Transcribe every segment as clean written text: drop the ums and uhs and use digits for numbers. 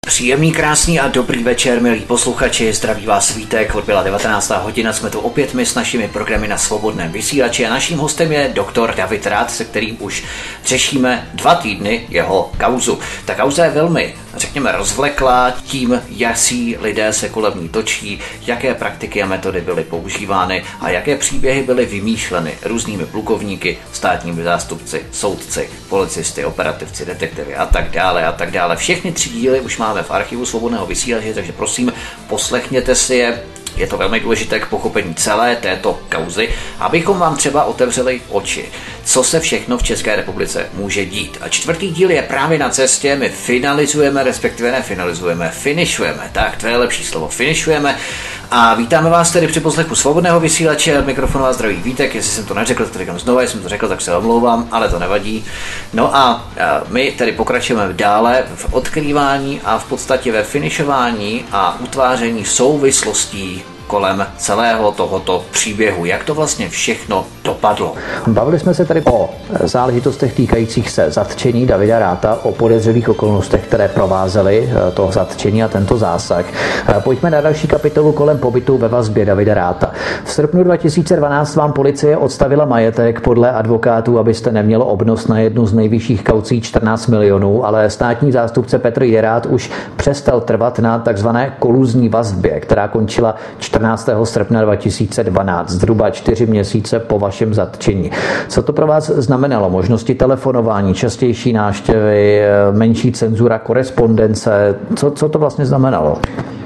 Příjemný, krásný a dobrý večer, milí posluchači, zdraví vás Vítek, odbyla 19. hodina, jsme tu opět my s našimi programy na Svobodném vysílači a naším hostem je doktor David Rath, se kterým už řešíme 2 týdny jeho kauzu. Ta kauza je velmi, řekněme, rozvleklá tím, jací lidé se kolem ní točí, jaké praktiky a metody byly používány a jaké příběhy byly vymýšleny různými plukovníky, státními zástupci, soudci, policisty, operativci, detektivy a tak dále a tak dále. Všechny 3 díly už máme v archivu Svobodného vysílače, takže prosím, poslechněte si je. Je to velmi důležité k pochopení celé této kauzy, abychom vám třeba otevřeli oči, co se všechno v České republice může dít. A 4. díl je právě na cestě, my finalizujeme, respektive nefinalizujeme, finišujeme, tak to je lepší slovo, finišujeme. A vítáme vás tedy při poslechu Svobodného vysílače, od mikrofonu vás zdraví Vítek, jestli jsem to neřekl, to říkám znovu, jestli jsem to řekl, tak se omlouvám, ale to nevadí. No a my tedy pokračujeme dále v odkrývání a v podstatě ve finišování a utváření souvislostí kolem celého tohoto příběhu. Jak to vlastně všechno dopadlo? Bavili jsme se tady o záležitostech týkajících se zatčení Davida Ratha, o podezřelých okolnostech, které provázely to zatčení a tento zásah. Pojďme na další kapitolu kolem pobytu ve vazbě Davida Ratha. V srpnu 2012 vám policie odstavila majetek podle advokátů, abyste neměl obnos na jednu z nejvyšších kaucí 14 milionů, ale státní zástupce Petr Jerád už přestal trvat na takzvané koluzní vazbě, která končila 14. srpna 2012, zhruba 4 měsíce po vašem zatčení. Co to pro vás znamenalo? Možnosti telefonování, častější návštěvy, menší cenzura korespondence? Co to vlastně znamenalo?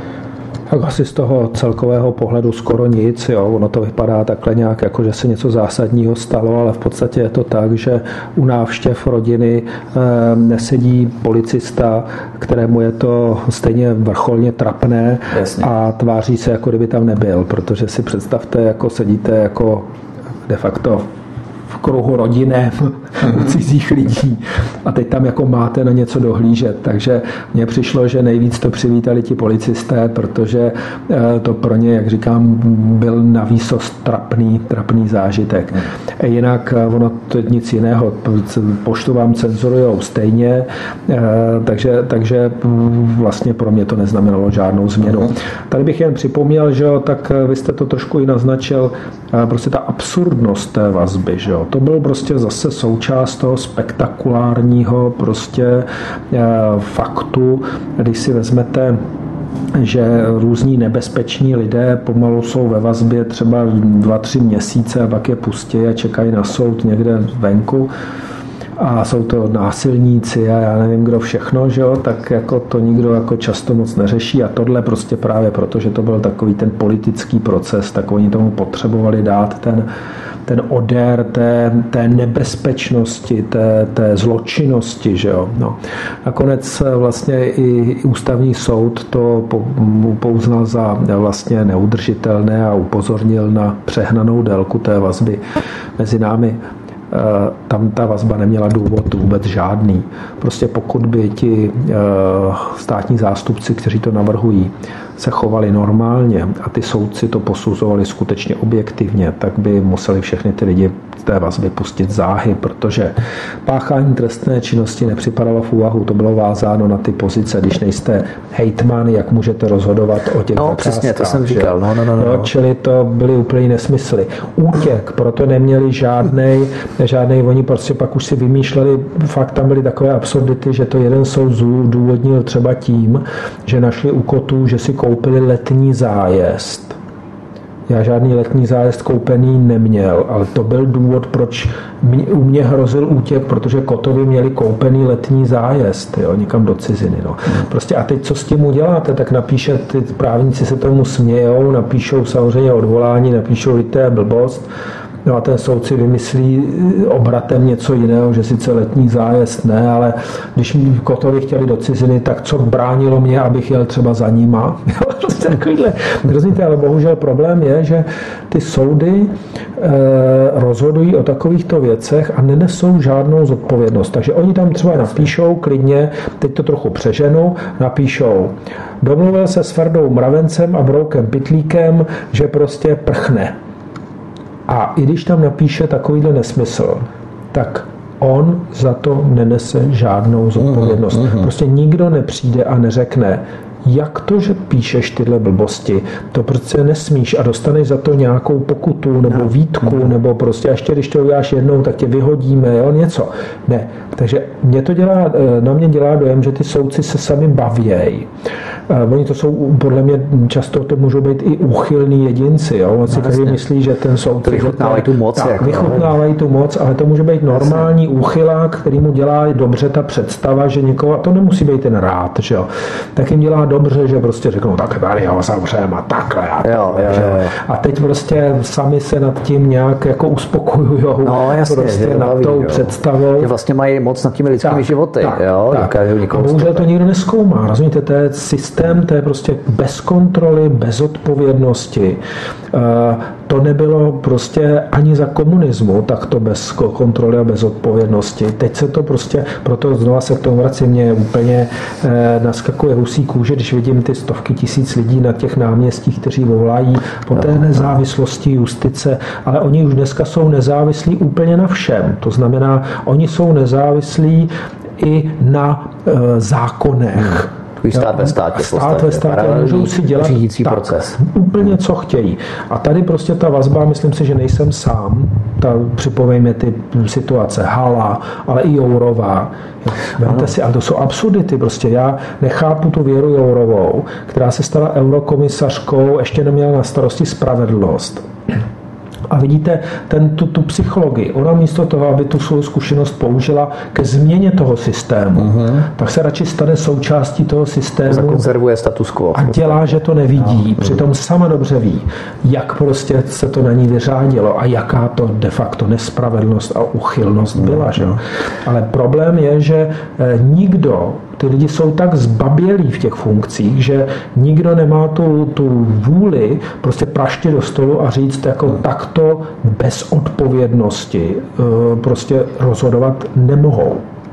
Tak asi z toho celkového pohledu skoro nic, jo. Ono to vypadá takhle nějak, jako že se něco zásadního stalo, ale v podstatě je to tak, že u návštěv rodiny nesedí policista, kterému je to stejně vrcholně trapné. Jasně. A tváří se, jako kdyby tam nebyl, protože si představte, jako sedíte jako de facto v kruhu rodinné u cizích lidí a teď tam jako máte na něco dohlížet. Takže mně přišlo, že nejvíc to přivítali ti policisté, protože to pro ně, jak říkám, byl navýsost trapný zážitek. Jinak ono to nic jiného. Poštu vám cenzurujou stejně, takže vlastně pro mě to neznamenalo žádnou změnu. Tady bych jen připomněl, že jo, tak vy jste to trošku i naznačil, prostě ta absurdnost té vazby, že jo. To byl prostě zase součást toho spektakulárního prostě faktu, když si vezmete, že různí nebezpeční lidé pomalu jsou ve vazbě třeba 2-3 měsíce a pak je pustí a čekají na soud někde venku. A jsou to násilníci a já nevím kdo všechno, že jo, tak jako to nikdo jako často moc neřeší a tohle prostě právě proto, že to byl takový ten politický proces, tak oni tomu potřebovali dát ten odér té nebezpečnosti, té zločinnosti, že jo. No. Nakonec vlastně i ústavní soud to pouznal za vlastně neudržitelné a upozornil na přehnanou délku té vazby mezi námi. Tam ta vazba neměla důvod vůbec žádný. Prostě pokud by ti státní zástupci, kteří to navrhují, se chovali normálně a ty soudci to posuzovali skutečně objektivně, tak by museli všechny ty lidi z té vazby pustit záhy, protože páchání trestné činnosti nepřipadalo v úvahu, to bylo vázáno na ty pozice, když nejste hejtman, jak můžete rozhodovat o těch zakázkách. Přesně, to jsem říkal. No, čili to byly úplně nesmysly. Útěk, proto neměli žádnej, oni prostě pak už si vymýšleli, fakt tam byly takové absurdity, že to jeden soud důvodnil třeba tím, že našli u kotů, že si koupili letní zájezd. Já žádný letní zájezd koupený neměl, ale to byl důvod, proč u mě hrozil útěk, protože kotovi měli koupený letní zájezd, jo, někam do ciziny. No. Prostě a teď co s tím uděláte? Tak napíše, ty právníci se tomu smějou, napíšou samozřejmě odvolání, napíšou, že to je blbost. No a ten soudci vymyslí obratem něco jiného, že sice letní zájezd ne, ale když mi kotovi chtěli do ciziny, tak co bránilo mě, abych jel třeba za nima. Takovýhle, rozumíte, ale bohužel problém je, že ty soudy rozhodují o takovýchto věcech a nenesou žádnou zodpovědnost. Takže oni tam třeba napíšou klidně, teď to trochu přeženu, napíšou, domluvil se s Ferdou Mravencem a Broukem Pytlíkem, že prostě prchne. A i když tam napíše takovýhle nesmysl, tak on za to nenese žádnou zodpovědnost. Prostě nikdo nepřijde a neřekne, jak to, že píšeš tyhle blbosti, to prostě nesmíš a dostaneš za to nějakou pokutu nebo výtku, nebo prostě ještě když to uděláš jednou, tak tě vyhodíme, jo, něco. Ne. Takže na mě dělá dojem, že ty soudci se sami bavějí. Oni to jsou, podle mě často to můžou být i úchylní jedinci, jo. On si každý myslí, že ten soudce vychutnávají tu moc. Tak, vychutnávají tu moc, ale to může být normální úchylák, který mu dělá dobře ta představa, že někoho, a to nemusí být ten rád, že jo. Tak jim dělá dobře, že prostě řeknou, tak tady ho zavřeme a takhle. A teď prostě sami se nad tím nějak jako uspokojujou. No, jasně, prostě nad tou představou. Že vlastně mají moc nad těmi lidskými životy. Tak. A bohužel to nikdo nezkoumá. Rozumíte, to je systém, to je prostě bez kontroly, bez odpovědnosti. To nebylo prostě ani za komunismu, tak to bez kontroly a bez odpovědnosti. Teď se to prostě, proto znova se k tomu vracím, mě úplně naskakuje husí kůže, když vidím ty stovky tisíc lidí na těch náměstích, kteří volají po té nezávislosti justice, ale oni už dneska jsou nezávislí úplně na všem. To znamená, oni jsou nezávislí i na zákonech. Stát ve státě. Stát ve státě, můžou si dělat proces. Úplně co chtějí. A tady prostě ta vazba, myslím si, že nejsem sám. Připomeňme ty situace Hala, ale i Jourová. Vemte si, ale to jsou absurdity. Prostě já nechápu tu Věru Jourovou, která se stala eurokomisařkou, ještě neměla na starosti spravedlnost. A vidíte tu psychologii. Ona místo toho, aby tu svou zkušenost použila ke změně toho systému, tak se radši stane součástí toho systému. Zakonzervuje status quo. A dělá, že to nevidí. Přitom sama dobře ví, jak prostě se to na ní vyřádilo a jaká to de facto nespravedlnost a uchylnost byla. Že? Ale problém je, že nikdo, ty lidi jsou tak zbabělí v těch funkcích, že nikdo nemá tu vůli prostě praštit do stolu a říct jako takto bez odpovědnosti prostě rozhodovat nemohou.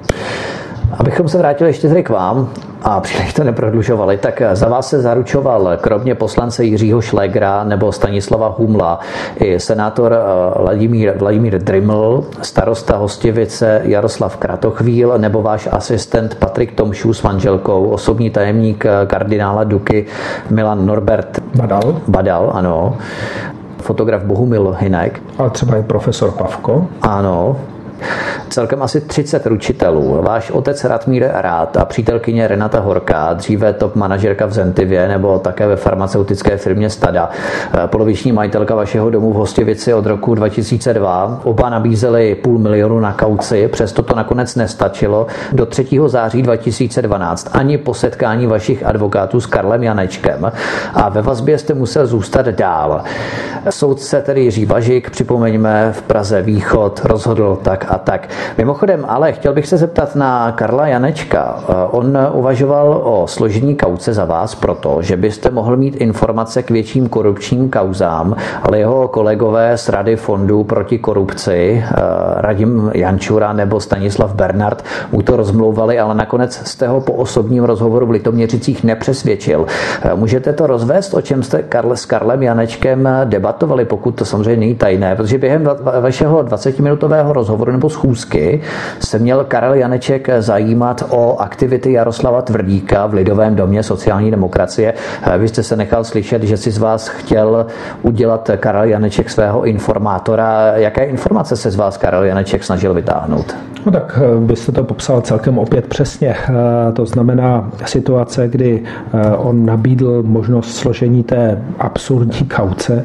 Abychom se vrátili ještě tady k vám a příliš to neprodlužovali, tak za vás se zaručoval kromě poslance Jiřího Šlégra nebo Stanislava Humla i senátor Vladimír Dryml, starosta Hostivice Jaroslav Kratochvíl nebo váš asistent Patrik Tomšů s manželkou, osobní tajemník kardinála Duky Milan Norbert Badal, ano. Fotograf Bohumil Hynek. Ale třeba i profesor Pavko. Ano. Celkem asi 30 ručitelů. Váš otec Ratmír Rád a přítelkyně Renata Horká, dříve top manažerka v Zentivě nebo také ve farmaceutické firmě Stada, poloviční majitelka vašeho domu v Hostivici od roku 2002. Oba nabízeli 500 000 na kauci, přesto to nakonec nestačilo. Do 3. září 2012 ani po setkání vašich advokátů s Karlem Janečkem a ve vazbě jste musel zůstat dál. Soudce tedy Jiří Važik, připomeňme, v Praze Východ rozhodl tak a tak. Mimochodem, ale chtěl bych se zeptat na Karla Janečka. On uvažoval o složení kauce za vás proto, že byste mohl mít informace k větším korupčním kauzám, ale jeho kolegové z Rady fondů proti korupci, Radim Jančura nebo Stanislav Bernard, mu to rozmlouvali, ale nakonec jste ho po osobním rozhovoru v Litoměřicích nepřesvědčil. Můžete to rozvést, o čem jste s Karlem Janečkem debatovali, pokud to samozřejmě není tajné, protože během vašeho 20-minutového rozhovoru nebo schůzky se měl Karel Janeček zajímat o aktivity Jaroslava Tvrdíka v Lidovém domě sociální demokracie. Vy jste se nechal slyšet, že si z vás chtěl udělat Karel Janeček svého informátora. Jaké informace se z vás Karel Janeček snažil vytáhnout? No tak byste to popsal celkem opět přesně. To znamená situace, kdy on nabídl možnost složení té absurdní kauce,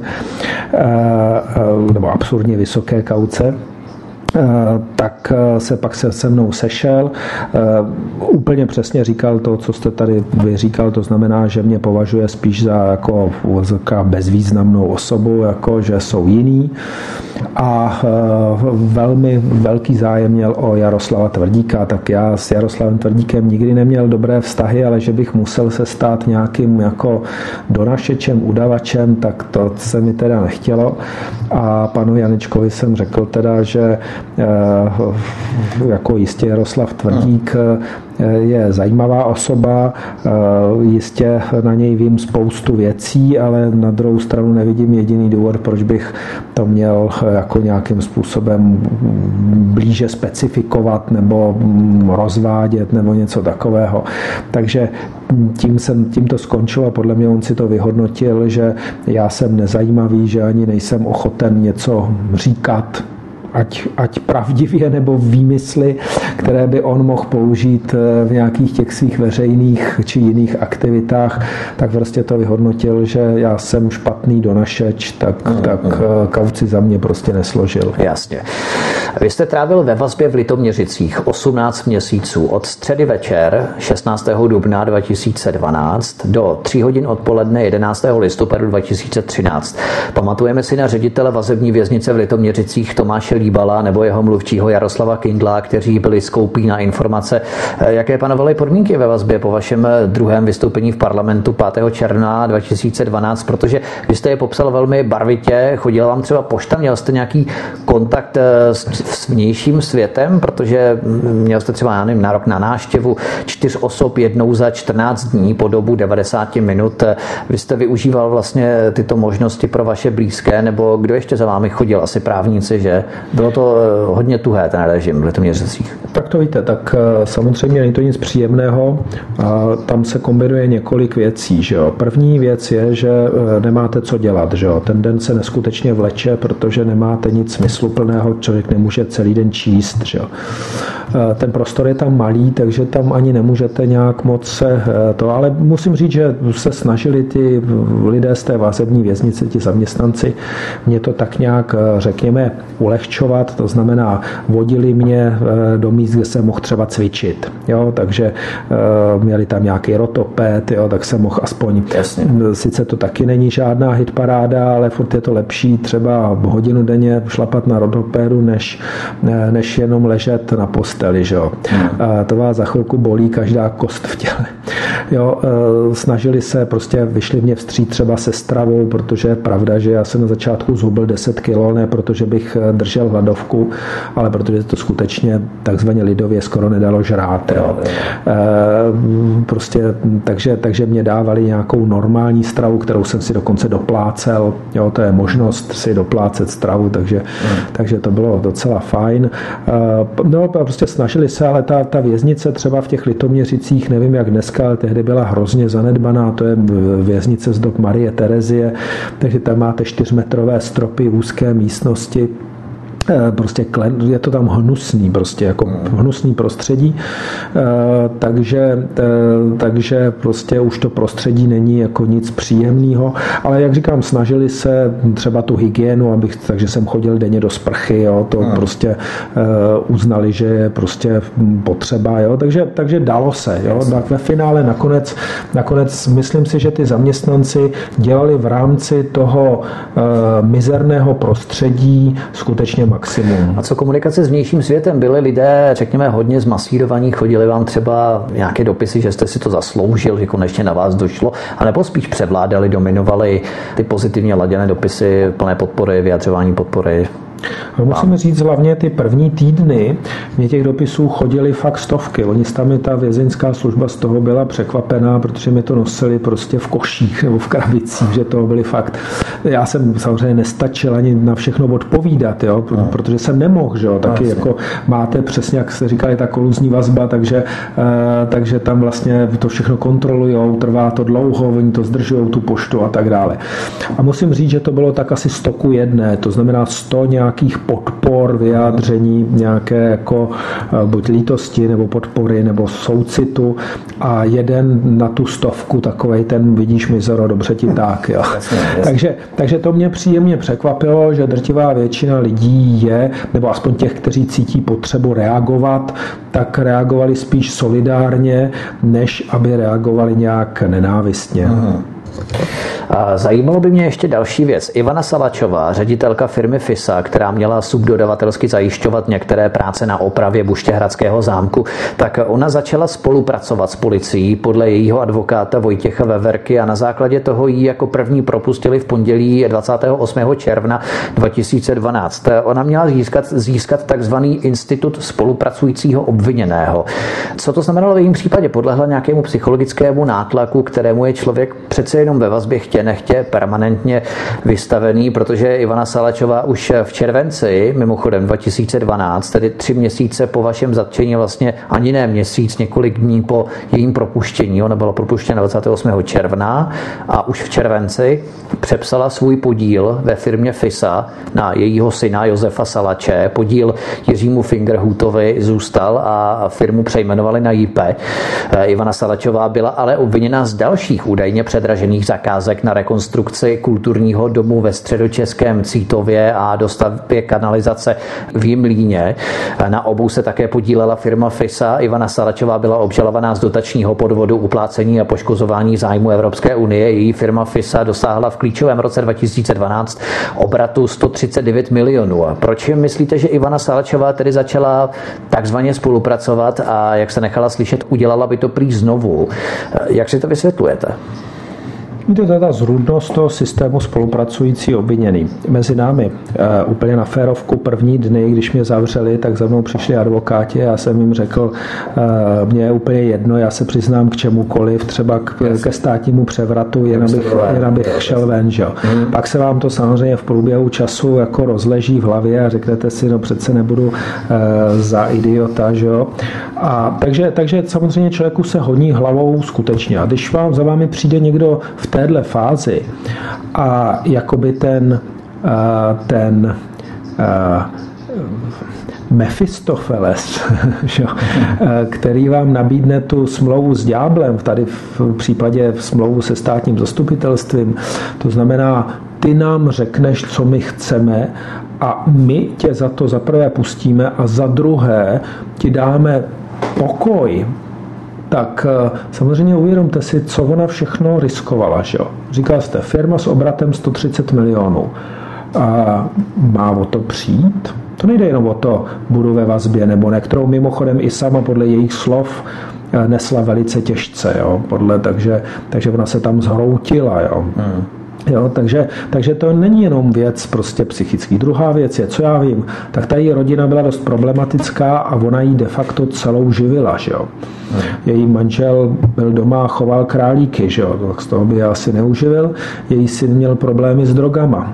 nebo absurdně vysoké kauce, tak se mnou sešel. Úplně přesně říkal to, co jste tady vyříkal, to znamená, že mě považuje spíš za jako bezvýznamnou osobu, jako že jsou jiný. A velmi velký zájem měl o Jaroslava Tvrdíka, tak já s Jaroslavem Tvrdíkem nikdy neměl dobré vztahy, ale že bych musel se stát nějakým jako donašečem, udavačem, tak to se mi teda nechtělo. A panu Janečkovi jsem řekl teda, že jako jistě Jaroslav Tvrdík je zajímavá osoba, jistě na něj vím spoustu věcí, ale na druhou stranu nevidím jediný důvod, proč bych to měl jako nějakým způsobem blíže specifikovat nebo rozvádět nebo něco takového. Takže tím to skončilo a podle mě on si to vyhodnotil, že já jsem nezajímavý, že ani nejsem ochoten něco říkat, ať pravdivě nebo výmysly, které by on mohl použít v nějakých těch svých veřejných či jiných aktivitách, tak prostě to vyhodnotil, že já jsem špatný donašeč, tak kauci za mě prostě nesložil. Jasně. Vy jste trávil ve vazbě v Litoměřicích 18 měsíců od středy večer 16. dubna 2012 do 3 hodin odpoledne 11. listopadu 2013. Pamatujeme si na ředitele vazební věznice v Litoměřicích Tomáše Líbala nebo jeho mluvčího Jaroslava Kindla, kteří byli skoupí na informace. Jaké panovaly podmínky ve vazbě po vašem druhém vystoupení v parlamentu 5. června 2012? Protože vy jste je popsal velmi barvitě, chodila vám třeba pošta, měl jste nějaký kontakt s vnějším světem, protože měl jste třeba, já nevím, nárok na návštěvu 4 osob jednou za 14 dní po dobu 90 minut. Vy jste využíval vlastně tyto možnosti pro vaše blízké, nebo kdo ještě za vámi chodil? Asi právníci, že? Bylo to hodně tuhé, ten režim v Litoměřicích. Tak to víte, tak samozřejmě není to nic příjemného a tam se kombinuje několik věcí, že jo. První věc je, že nemáte co dělat, že jo. Ten den se neskutečně vleče, protože nemáte nic smysluplného, člověk nemůže celý den číst, že jo. Ten prostor je tam malý, takže tam ani nemůžete nějak moc to, ale musím říct, že se snažili ty lidé z té vazební věznice, ti zaměstnanci, mě to tak nějak, řekněme, ulehčovat, to znamená, vodili mě do míst, kde jsem mohl třeba cvičit, jo, takže měli tam nějaký rotoped, jo, tak jsem mohl aspoň, jasně. Sice to taky není žádná hitparáda, ale furt je to lepší třeba hodinu denně šlapat na rotopedu, než jenom ležet na posteli, že jo. To vás za chvilku bolí každá kost v těle. Jo, snažili se, prostě vyšli mě vstříc třeba se stravou, protože je pravda, že já jsem na začátku zhubil 10 kilo, ne protože bych držel hladovku, ale protože to skutečně takzvaně lidově skoro nedalo žrát. Jo. Prostě, takže mě dávali nějakou normální stravu, kterou jsem si dokonce doplácel. Jo, to je možnost si doplácet stravu, takže to bylo docela fajn. No, prostě snažili se, ale ta věznice třeba v těch Litoměřicích, nevím jak dneska, ale tehdy byla hrozně zanedbaná, to je věznice z dob Marie Terezie, takže tam máte 4metrové stropy, úzké místnosti, prostě je to tam hnusný, prostě jako hnusný prostředí, takže prostě už to prostředí není jako nic příjemného, ale jak říkám, snažili se třeba tu hygienu, takže jsem chodil denně do sprchy, jo, to prostě uznali, že je prostě potřeba, jo, takže dalo se, jo, tak ve finále nakonec myslím si, že ty zaměstnanci dělali v rámci toho mizerného prostředí skutečně maximum. A co komunikace s vnějším světem? Byli lidé, řekněme, hodně zmasírovaní, chodili vám třeba nějaké dopisy, že jste si to zasloužil, že konečně na vás došlo, anebo spíš převládali, dominovali ty pozitivně laděné dopisy plné podpory, vyjadřování podpory? Musíme říct, hlavně ty první týdny mě těch dopisů chodili fakt stovky. Tam ta vězeňská služba z toho byla překvapená, protože mi to nosili prostě v koších nebo v krabicích, že to byly fakt. Já jsem samozřejmě nestačil ani na všechno odpovídat, jo, protože jsem nemohl, že jo, taky jako máte přesně, jak se říkali, ta koluzní vazba, takže tam vlastně to všechno kontrolujou, trvá to dlouho, oni to zdržujou, tu poštu a tak dále. A musím říct, že to bylo tak asi 100:1, to znamená 100 nějakých podpor, vyjádření, nějaké jako buď lítosti, nebo podpory, nebo soucitu a jeden na tu 100, takovej ten vidíš mizero, dobře ti tak. Jo. Jasně. Takže to mě příjemně překvapilo, že drtivá většina lidí je, nebo aspoň těch, kteří cítí potřebu reagovat, tak reagovali spíš solidárně, než aby reagovali nějak nenávistně. Zajímalo by mě ještě další věc. Ivana Salačová, ředitelka firmy FISA, která měla subdodavatelsky zajišťovat některé práce na opravě Buštěhradského zámku, tak ona začala spolupracovat s policií podle jejího advokáta Vojtěcha Veverky a na základě toho ji jako první propustili v pondělí 28. června 2012. Ona měla získat takzvaný institut spolupracujícího obviněného. Co to znamenalo v jejím případě? Podlehla nějakému psychologickému nátlaku, kterému je člověk přece jenom ve vazbě chtě nechtě permanentně vystavený, protože Ivana Salačová už v červenci, mimochodem 2012, tedy 3 měsíce po vašem zatčení, vlastně ani ne měsíc, několik dní po jejím propuštění, ona byla propuštěna 28. června a už v červenci přepsala svůj podíl ve firmě FISA na jejího syna Josefa Salače. Podíl Jiřímu Fingerhutovi zůstal a firmu přejmenovali na JIP. Ivana Salačová byla ale obviněna z dalších údajně předražených zakázek na rekonstrukci kulturního domu ve středočeském Cítově a dostavbě kanalizace v Jimlíně. Na obou se také podílela firma FISA. Ivana Salačová byla obžalovaná z dotačního podvodu, uplácení a poškozování zájmu Evropské unie. Její firma FISA dosáhla v klíčovém roce 2012 obratu 139 milionů. A proč myslíte, že Ivana Salačová tedy začala takzvaně spolupracovat a jak se nechala slyšet, udělala by to prý znovu? Jak si to vysvětlujete? To je ta zrůdnost toho systému spolupracující obviněný. Mezi námi úplně na férovku první dny, když mě zavřeli, tak za mnou přišli advokáti, já jsem jim řekl, mně je úplně jedno, já se přiznám k čemukoliv, třeba ke státnímu převratu, jen abych šel ven. Že? Pak se vám to samozřejmě v průběhu času jako rozleží v hlavě a řeknete si, no přece nebudu za idiota. Že? A takže samozřejmě člověku se honí hlavou skutečně. A když za vámi přijde někdo v téhle fázi a jakoby ten Mefistofeles, který vám nabídne tu smlouvu s ďáblem, tady v případě smlouvu se státním zastupitelstvím, to znamená, ty nám řekneš, co my chceme a my tě za to za prvé pustíme a za druhé ti dáme pokoj, tak samozřejmě uvědomte si, co ona všechno riskovala. Že? Říkal jste, firma s obratem 130 milionů. A má o to přijít? To nejde jenom o to, budu ve vazbě nebo ne, kterou mimochodem i sama podle jejich slov nesla velice těžce. Jo? Takže ona se tam zhroutila. Jo? Jo, takže to není jenom věc prostě psychický. Druhá věc je, co já vím, tak ta její rodina byla dost problematická a ona jí de facto celou živila. Že jo. Její manžel byl doma a choval králíky, že jo, tak z toho by je asi neuživil. Její syn měl problémy s drogama.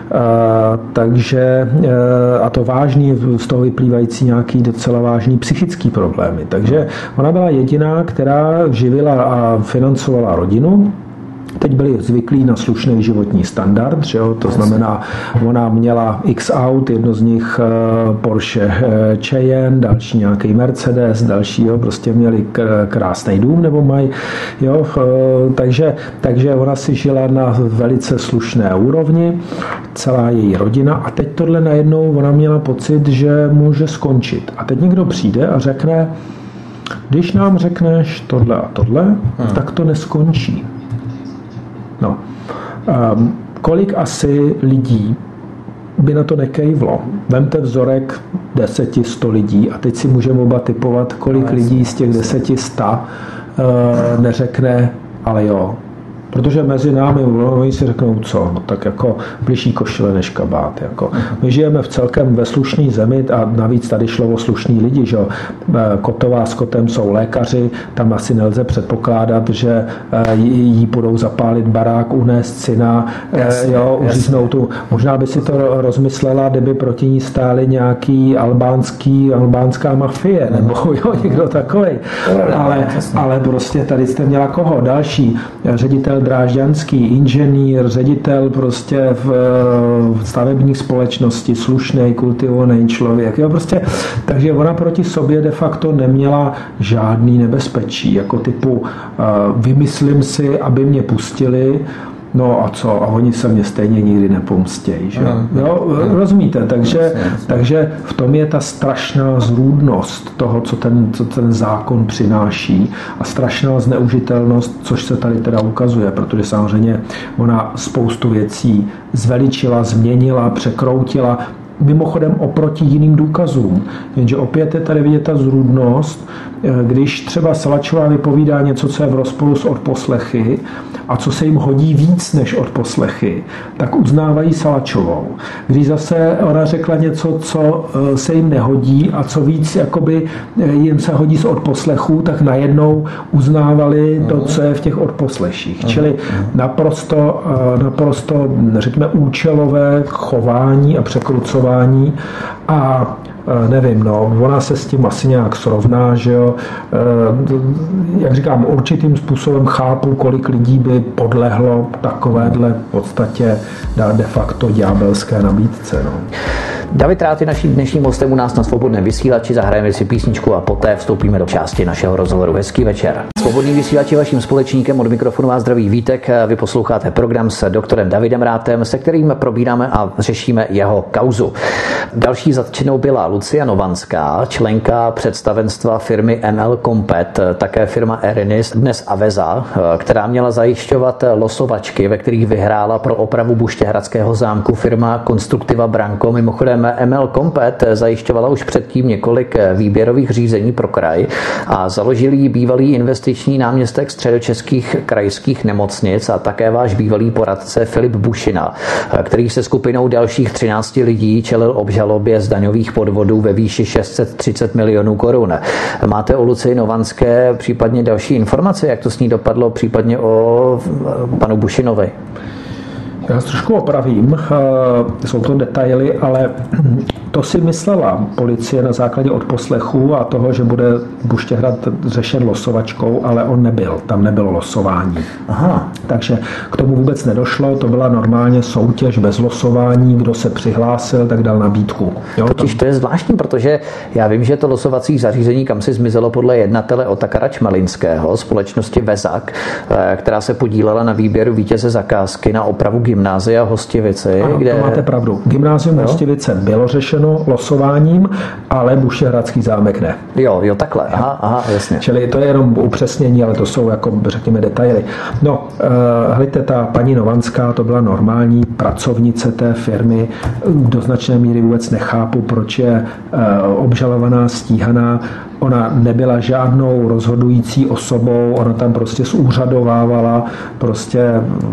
A to vážný, z toho vyplývající nějaký docela vážný psychický problémy. Takže ona byla jediná, která živila a financovala rodinu. Teď byli zvyklí na slušný životní standard, že jo? To znamená, ona měla X aut, jedno z nich Porsche Cayenne, další nějaký Mercedes, další, jo? Prostě měli krásný dům, nebo mají, jo? Takže ona si žila na velice slušné úrovni, celá její rodina a teď tohle najednou ona měla pocit, že může skončit. A teď někdo přijde a řekne, když nám řekneš tohle a tohle, tak to neskončí. No. Kolik asi lidí by na to nekejvlo? Vemte vzorek 10-100 lidí a teď si můžeme oba typovat, kolik lidí z těch 10-100 neřekne, ale jo. Protože mezi námi, oni si řeknou, co? No tak jako bližší košile než kabát. Jako. My žijeme v celkem ve slušné zemi a navíc tady šlo o slušný lidi. Že? Kotová s Kotem jsou lékaři, tam asi nelze předpokládat, že jí budou zapálit barák, unést syna, uříznout tu. Možná by si to rozmyslela, kdyby proti ní stály nějaký albánská mafie, nebo jo, někdo takovej. Ale prostě tady jste měla koho? Další ředitel drážďanský, inženýr, ředitel prostě v stavebních společnosti, slušný, kultivovaný člověk. Jo, prostě, takže ona proti sobě de facto neměla žádný nebezpečí, jako typu vymyslím si, aby mě pustili, no a co, a oni se mě stejně nikdy nepomstějí, že? Jo, rozumíte, takže v tom je ta strašná zrůdnost toho, co ten zákon přináší a strašná zneužitelnost, což se tady teda ukazuje, protože samozřejmě ona spoustu věcí zveličila, změnila, překroutila, mimochodem oproti jiným důkazům. Jenže opět je tady vidět ta zrůdnost, když třeba Salačová vypovídá něco, co je v rozporu s odposlechy a co se jim hodí víc než odposlechy, tak uznávají Salačovou. Když zase ona řekla něco, co se jim nehodí a co víc jakoby jim se hodí z odposlechů, tak najednou uznávali to, co je v těch odposleších. Čili naprosto, řekněme, účelové chování a překrucování a nevím, no, ona se s tím asi nějak srovná, že jo. Jak říkám, určitým způsobem chápu, kolik lidí by podlehlo takovéhle v podstatě de facto ďábelské nabídce, no. David Rád je naším dnešním hostem u nás na Svobodném vysílači. Zahrajeme si písničku a poté vstoupíme do části našeho rozhovoru. Hezký večer. Svobodný vysílač je vaším společníkem, od mikrofonu vás zdraví Vítek. Vy posloucháte program s doktorem Davidem Rátem, se kterým probíráme a řešíme jeho kauzu. Další zatčenou byla Lucia Novanská, členka představenstva firmy ML Compet, také firma Erinis, dnes Aveza, která měla zajišťovat losovačky, ve kterých vyhrála pro opravu Buštěhradského zámku firma Konstruktiva Branko. Mimochodem ML Compet zajišťovala už předtím několik výběrových řízení pro kraj a založil ji bývalý investiční náměstek středočeských krajských nemocnic a také váš bývalý poradce Filip Bušina, který se skupinou dalších 13 lidí čelil obžalobě z daňových podvodů ve výši 630 milionů korun. Máte o Lucii Novanské případně další informace, jak to s ní dopadlo, případně o panu Bušinovi? Já se trošku opravím, jsou to detaily, ale to si myslela policie na základě odposlechů a toho, že bude Buštěhrad řešen losovačkou, ale on nebyl, tam nebylo losování. Aha. Takže k tomu vůbec nedošlo, to byla normálně soutěž bez losování, kdo se přihlásil, tak dal nabídku. Jo, totiž to je zvláštní, protože já vím, že to losovací zařízení, kam si zmizelo podle jednatele Otakara Čmelinského, společnosti Vezak, která se podílela na výběru vítěze zakázky na opravu gymnázia Hostivici. Ano, kde... to máte pravdu. Gymnázium Hostivice bylo řešeno losováním, ale Buštěhradský zámek ne. Jo, takhle. Aha, jasně. Čili to je jenom upřesnění, ale to jsou, jako řekněme, detaily. No, hledajte, ta paní Novanská, to byla normální pracovnice té firmy. Do značné míry vůbec nechápu, proč je obžalovaná, stíhaná. Ona nebyla žádnou rozhodující osobou, ona tam prostě zúřadovávala prostě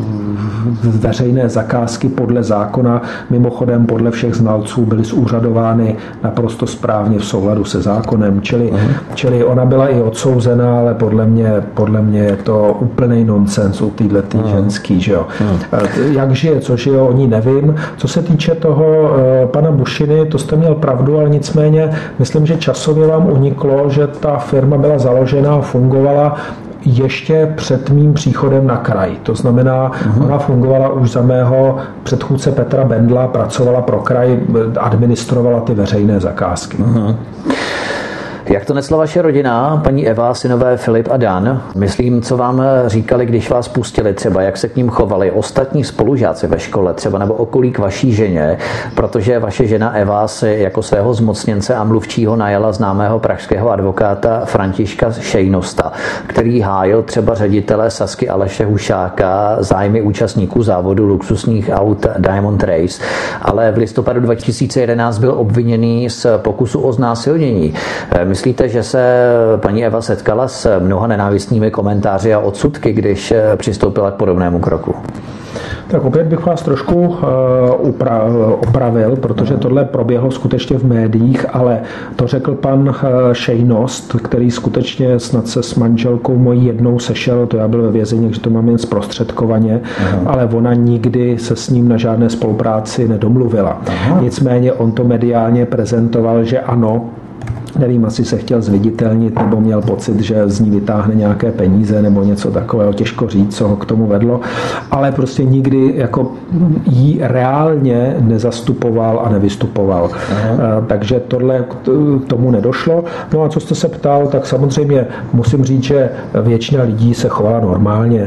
veřejné zakázky podle zákona. Mimochodem podle všech znalců byly zúřadovány naprosto správně v souladu se zákonem. Čili ona byla i odsouzená, ale podle mě je to úplný nonsens u této ženský, že jo. Jak žije, co žije, o ní nevím. Co se týče toho pana Bušiny, to jste měl pravdu, ale nicméně myslím, že časově vám uniklo, že ta firma byla založena a fungovala ještě před mým příchodem na kraj. To znamená, ona fungovala už za mého předchůdce Petra Bendla, pracovala pro kraj, administrovala ty veřejné zakázky. Jak to nesla vaše rodina, paní Eva, synové Filip a Dan? Myslím, co vám říkali, když vás pustili třeba, jak se k ním chovali ostatní spolužáci ve škole třeba nebo okolí k vaší ženě, protože vaše žena Eva si jako svého zmocněnce a mluvčího najala známého pražského advokáta Františka Šejnosta, který hájil třeba ředitele Sazky Aleše Hušáka, zájmy účastníků závodu luxusních aut Diamond Race, ale v listopadu 2011 byl obviněný z pokusu o znásilnění. Myslíte, že se paní Eva setkala s mnoha nenávistnými komentáři a odsudky, když přistoupila k podobnému kroku? Tak opět bych vás trošku opravil, protože tohle proběhlo skutečně v médiích, ale to řekl pan Šejnost, který skutečně snad se s manželkou mojí jednou sešel, to já byl ve vězení, takže to mám jen zprostředkovaně, ale ona nikdy se s ním na žádné spolupráci nedomluvila. Nicméně on to mediálně prezentoval, že ano, nevím, asi se chtěl zviditelnit nebo měl pocit, že z ní vytáhne nějaké peníze nebo něco takového, těžko říct, co ho k tomu vedlo, ale prostě nikdy jako jí reálně nezastupoval a nevystupoval. Takže tohle k tomu nedošlo. No a co jste se ptal, tak samozřejmě musím říct, že většina lidí se chovala normálně.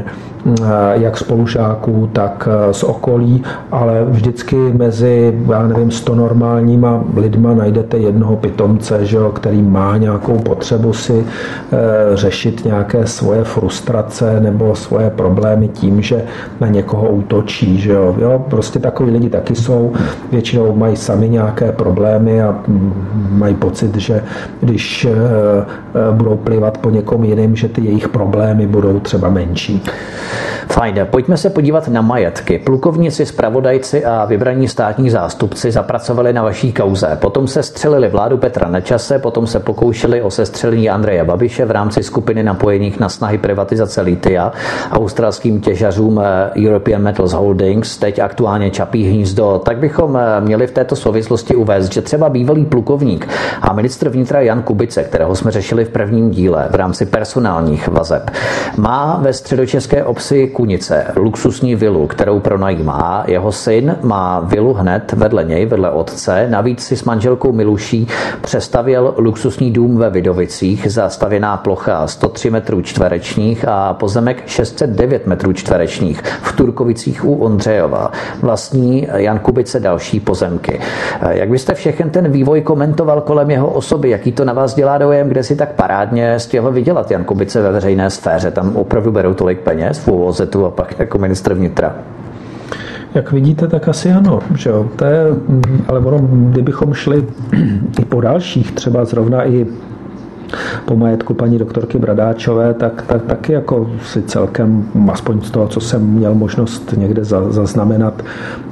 jak spolužáků, tak z okolí, ale vždycky mezi, já nevím, 100 normálníma lidma najdete jednoho pitomce, že jo, který má nějakou potřebu si řešit nějaké svoje frustrace nebo svoje problémy tím, že na někoho útočí, že jo. Prostě takový lidi taky jsou, většinou mají sami nějaké problémy a mají pocit, že když budou plivat po někom jiným, že ty jejich problémy budou třeba menší. Fajn, pojďme se podívat na majetky. Plukovníci, zpravodajci a vybraní státní zástupci zapracovali na vaší kauze. Potom se střelili vládu Petra Nečase, potom se pokoušeli o sestřelení Andreje Babiše v rámci skupiny napojených na snahy privatizace lithia australským těžařům European Metals Holdings, teď aktuálně Čapí hnízdo. Tak bychom měli v této souvislosti uvést, že třeba bývalý plukovník a ministr vnitra Jan Kubice, kterého jsme řešili v prvním díle v rámci personálních vazeb, má ve středočeské obci Kunice luxusní vilu, kterou pronajímá. Jeho syn má vilu hned vedle něj, vedle otce. Navíc si s manželkou Miluší přestavěl luxusní dům ve Vidovicích, zastavěná plocha 103 metrů čtverečních a pozemek 609 metrů čtverečních v Turkovicích u Ondřejova. Vlastní Jan Kubice další pozemky. Jak byste všechen ten vývoj komentoval kolem jeho osoby? Jaký to na vás dělá dojem, kde si tak parádně stihl vydělat Jan Kubice ve veřejné sféře? Tam opravdu berou tolik peněz v ÚOZetu a pak jako ministr vnitra. Jak vidíte, tak asi ano. Že jo? To je, ale ono, kdybychom šli i po dalších, třeba zrovna i po majetku paní doktorky Bradáčové, tak taky jako si celkem, aspoň z toho, co jsem měl možnost někde zaznamenat,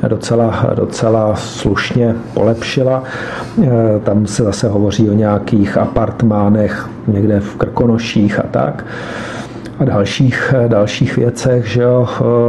docela slušně polepšila. Tam se zase hovoří o nějakých apartmánech někde v Krkonoších a tak. A dalších věcech, že jo,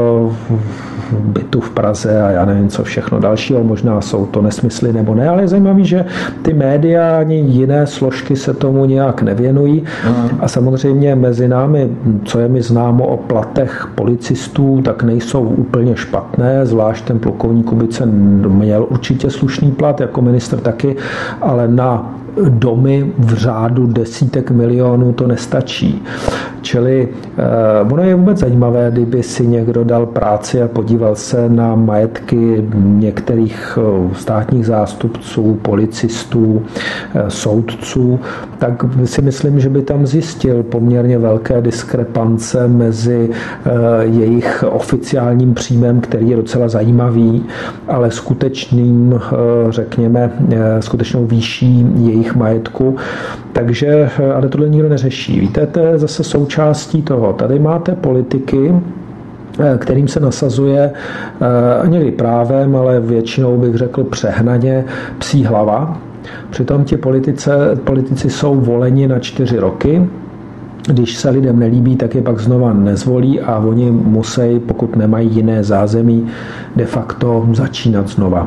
bytu v Praze a já nevím, co všechno dalšího, možná jsou to nesmysly nebo ne, ale je zajímavé, že ty média ani jiné složky se tomu nějak nevěnují a samozřejmě mezi námi, co je mi známo o platech policistů, tak nejsou úplně špatné, zvlášť ten plukovník Kubice měl určitě slušný plat, jako ministr taky, ale na domy v řádu desítek milionů to nestačí. Čili ono je vůbec zajímavé, kdyby si někdo dal práci a podíval se na majetky některých státních zástupců, policistů, soudců, tak si myslím, že by tam zjistil poměrně velké diskrepance mezi jejich oficiálním příjmem, který je docela zajímavý, ale skutečným, řekněme, skutečnou výší jejich majetku. Takže, ale tohle nikdo neřeší. Víte, to je zase součástí toho. Tady máte politiky, kterým se nasazuje někdy právem, ale většinou bych řekl přehnaně psí hlava. Přitom ti politici jsou voleni na 4 roky. Když se lidem nelíbí, tak je pak znova nezvolí a oni musí, pokud nemají jiné zázemí, de facto začínat znova.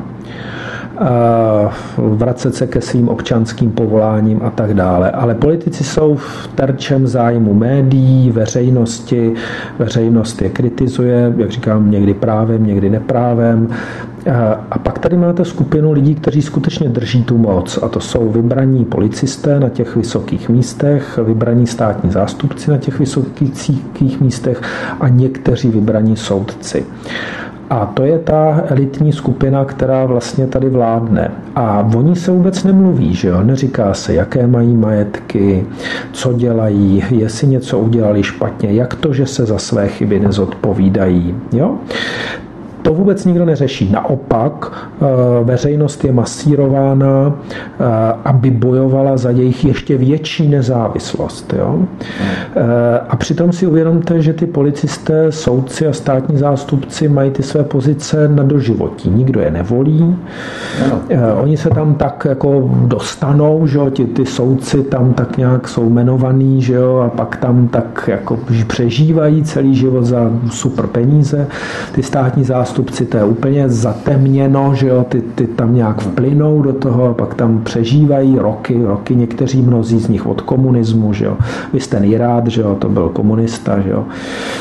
Vracet se ke svým občanským povoláním a tak dále. Ale politici jsou v terčem zájmu médií, veřejnosti. Veřejnost je kritizuje, jak říkám, někdy právem, někdy neprávem. A pak tady máte skupinu lidí, kteří skutečně drží tu moc. A to jsou vybraní policisté na těch vysokých místech, vybraní státní zástupci na těch vysokých místech a někteří vybraní soudci. A to je ta elitní skupina, která vlastně tady vládne. A oni se vůbec nemluví, že jo? Neříká se, jaké mají majetky, co dělají, jestli něco udělali špatně, jak to, že se za své chyby nezodpovídají. Jo? To vůbec nikdo neřeší. Naopak, veřejnost je masírována, aby bojovala za jejich ještě větší nezávislost. Jo? A přitom si uvědomte, že ty policisté, soudci a státní zástupci mají ty své pozice na doživotí. Nikdo je nevolí. Oni se tam tak jako dostanou, že jo? Ty soudci tam tak nějak jsou jmenovaný, že jo? A pak tam tak jako přežívají celý život za super peníze. Ty státní zástupci zástupci, to je úplně zatemněno, že jo, ty tam nějak vplynou do toho a pak tam přežívají roky, někteří mnozí z nich od komunismu, že jo. Vy jste nejrád, že jo, to byl komunista, že jo.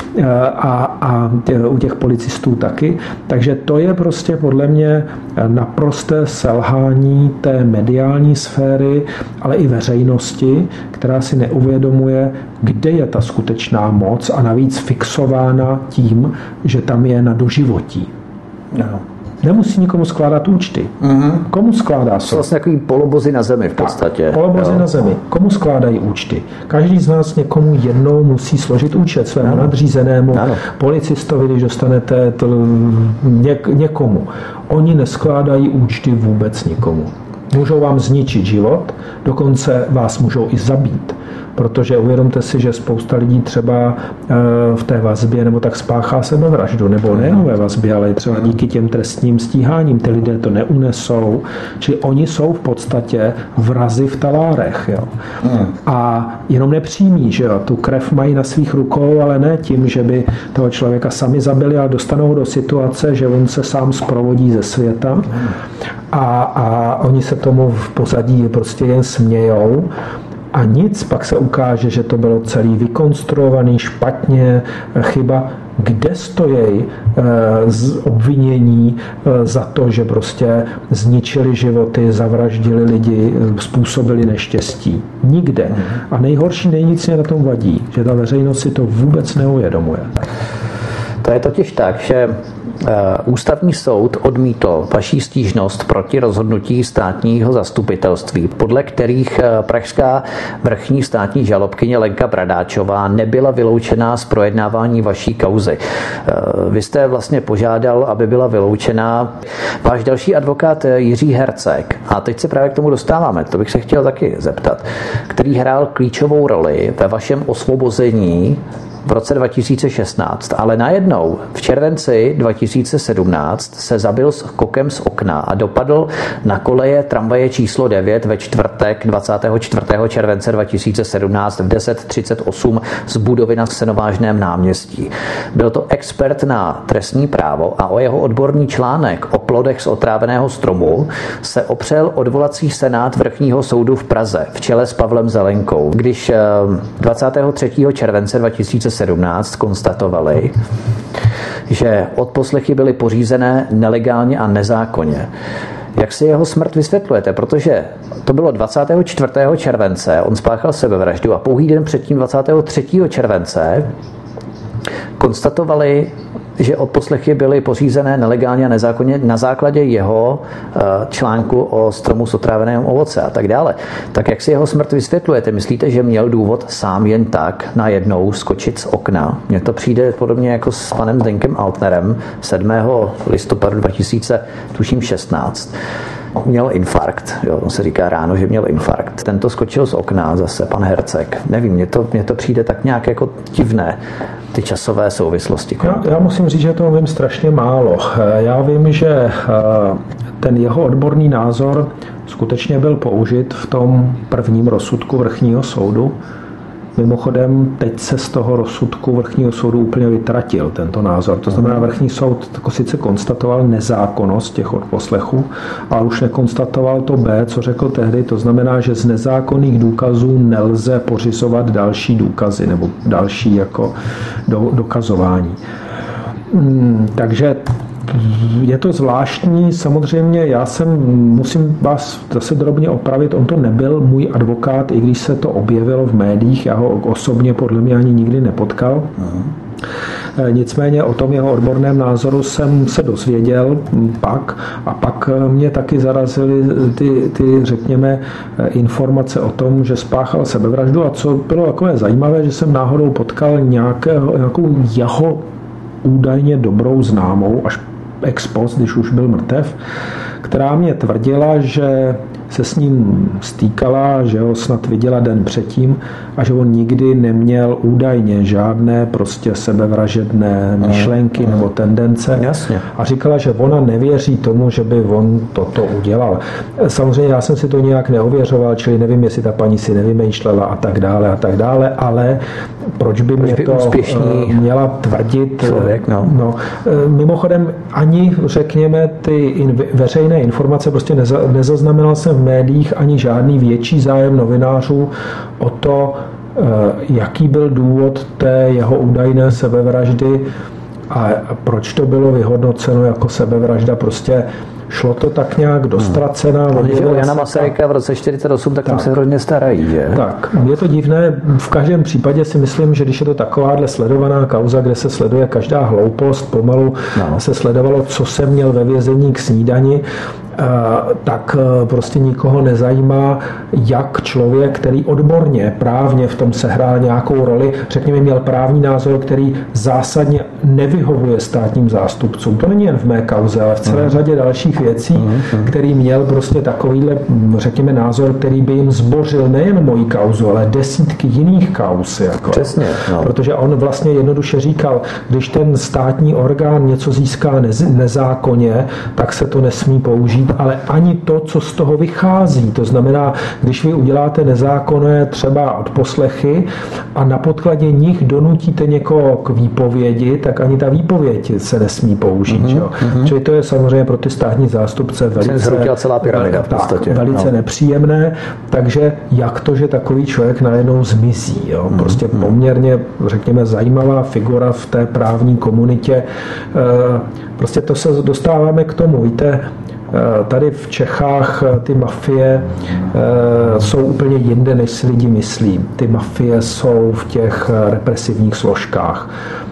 A u těch policistů taky. Takže to je prostě podle mě naprosté selhání té mediální sféry, ale i veřejnosti, která si neuvědomuje, kde je ta skutečná moc a navíc fixována tím, že tam je na doživotí. No. Nemusí nikomu skládat účty. Komu skládá jsou? Vlastně takový polobozy na zemi v podstatě. Tak, polobozy na zemi. Komu skládají účty? Každý z nás někomu jednou musí složit účet svému nadřízenému, policistovi, když dostanete někomu. Oni neskládají účty vůbec nikomu. Můžou vám zničit život, dokonce vás můžou i zabít. Protože uvědomte si, že spousta lidí třeba v té vazbě nebo tak spáchá sebevraždu, nebo nejen ve vazbě, ale třeba díky těm trestním stíháním. Ty lidé to neunesou, čili oni jsou v podstatě vrazi v talárech. Jo. A jenom nepřímí, že jo, tu krev mají na svých rukou, ale ne tím, že by toho člověka sami zabili, ale dostanou do situace, že on se sám zprovodí ze světa a oni se tomu v pozadí prostě jen smějou. A nic, pak se ukáže, že to bylo celý vykonstruovaný, špatně, chyba. Kde stojí obvinění za to, že prostě zničili životy, zavraždili lidi, způsobili neštěstí? Nikde. A nejhorší na tom vadí, že ta veřejnost si to vůbec neuvědomuje. To je totiž tak, že Ústavní soud odmítl vaší stížnost proti rozhodnutí státního zastupitelství, podle kterých pražská vrchní státní žalobkyně Lenka Bradáčová nebyla vyloučená z projednávání vaší kauzy. Vy jste vlastně požádal, aby byla vyloučená váš další advokát Jiří Herceg. A teď se právě k tomu dostáváme, to bych se chtěl taky zeptat, který hrál klíčovou roli ve vašem osvobození v roce 2016, ale najednou v červenci 2017 se zabil skokem z okna a dopadl na koleje tramvaje číslo 9 ve čtvrtek 24. července 2017 v 10:38 z budovy na Senovážném náměstí. Byl to expert na trestní právo a o jeho odborný článek o plodech z otráveného stromu se opřel odvolací senát Vrchního soudu v Praze v čele s Pavlem Zelenkou, když 23. července 2017 konstatovali, že odposlechy byly pořízené nelegálně a nezákonně. Jak si jeho smrt vysvětlujete? Protože to bylo 24. července, on spáchal sebevraždu a pouhý den předtím 23. července konstatovali, že odposlechy byly pořízené nelegálně a nezákonně na základě jeho článku o stromu s otráveným ovoce a tak dále. Tak jak si jeho smrt vysvětlujete? Myslíte, že měl důvod sám jen tak najednou skočit z okna? Mně to přijde podobně jako s panem Zdeňkem Altnerem 7. listopadu 2016. Měl infarkt, jo, on se říká ráno, že měl infarkt. Tento skočil z okna zase, pan Herceg. Nevím, mně to přijde tak nějak jako divné, ty časové souvislosti. Já musím říct, že to vím strašně málo. Já vím, že ten jeho odborný názor skutečně byl použit v tom prvním rozsudku Vrchního soudu. Mimochodem, teď se z toho rozsudku Vrchního soudu úplně vytratil tento názor. To znamená, Vrchní soud sice konstatoval nezákonnost těch odposlechů, ale už nekonstatoval to B, co řekl tehdy. To znamená, že z nezákonných důkazů nelze pořizovat další důkazy nebo další jako dokazování. Takže je to zvláštní, samozřejmě musím vás zase drobně opravit, on to nebyl můj advokát, i když se to objevilo v médiích, já ho osobně podle mě ani nikdy nepotkal. Nicméně o tom jeho odborném názoru jsem se dozvěděl pak mě taky zarazily ty řekněme, informace o tom, že spáchal sebevraždu a co bylo takové zajímavé, že jsem náhodou potkal nějakou jeho údajně dobrou známou, až ex post, když už byl mrtev, která mě tvrdila, že se s ním stýkala, že ho snad viděla den předtím a že on nikdy neměl údajně žádné prostě sebevražedné myšlenky nebo tendence. Jasně. A říkala, že ona nevěří tomu, že by on toto udělal. Samozřejmě já jsem si to nějak neověřoval, čili nevím, jestli ta paní si nevymýšlela a tak dále, ale proč by mě to měla tvrdit? Člověk, no. Mimochodem ani, řekněme, ty veřejné informace, prostě nezaznamenal jsem v médiích ani žádný větší zájem novinářů o to, jaký byl důvod té jeho údajné sebevraždy a proč to bylo vyhodnoceno jako sebevražda. Prostě šlo to tak nějak do ztracena. O Jana Masaryka v roce 1948, tak tam se hodně starají, že? Tak, je to divné. V každém případě si myslím, že když je to takováhle sledovaná kauza, kde se sleduje každá hloupost, pomalu se sledovalo, co jsem měl ve vězení k snídani, tak prostě nikoho nezajímá, jak člověk, který odborně, právně v tom sehrál nějakou roli, řekněme, měl právní názor, který zásadně nevyhovuje státním zástupcům. To není jen v mé kauze, ale v celé řadě dalších věcí, který měl prostě takovýhle, řekněme, názor, který by jim zbořil nejen moji kauzu, ale desítky jiných kauz. Jako. Přesně. Protože on vlastně jednoduše říkal, když ten státní orgán něco získá nezákonně, tak se to nesmí použít, ale ani to, co z toho vychází. To znamená, když vy uděláte nezákonné třeba odposlechy a na podkladě nich donutíte někoho k výpovědi, tak ani ta výpověď se nesmí použít. Čili to je samozřejmě pro ty státní zástupce velice nepříjemné, takže jak to, že takový člověk najednou zmizí. Jo? Prostě poměrně, řekněme, zajímavá figura v té právní komunitě. Prostě to se dostáváme k tomu. Víte, tady v Čechách ty mafie jsou úplně jinde, než si lidi myslí. Ty mafie jsou v těch represivních složkách.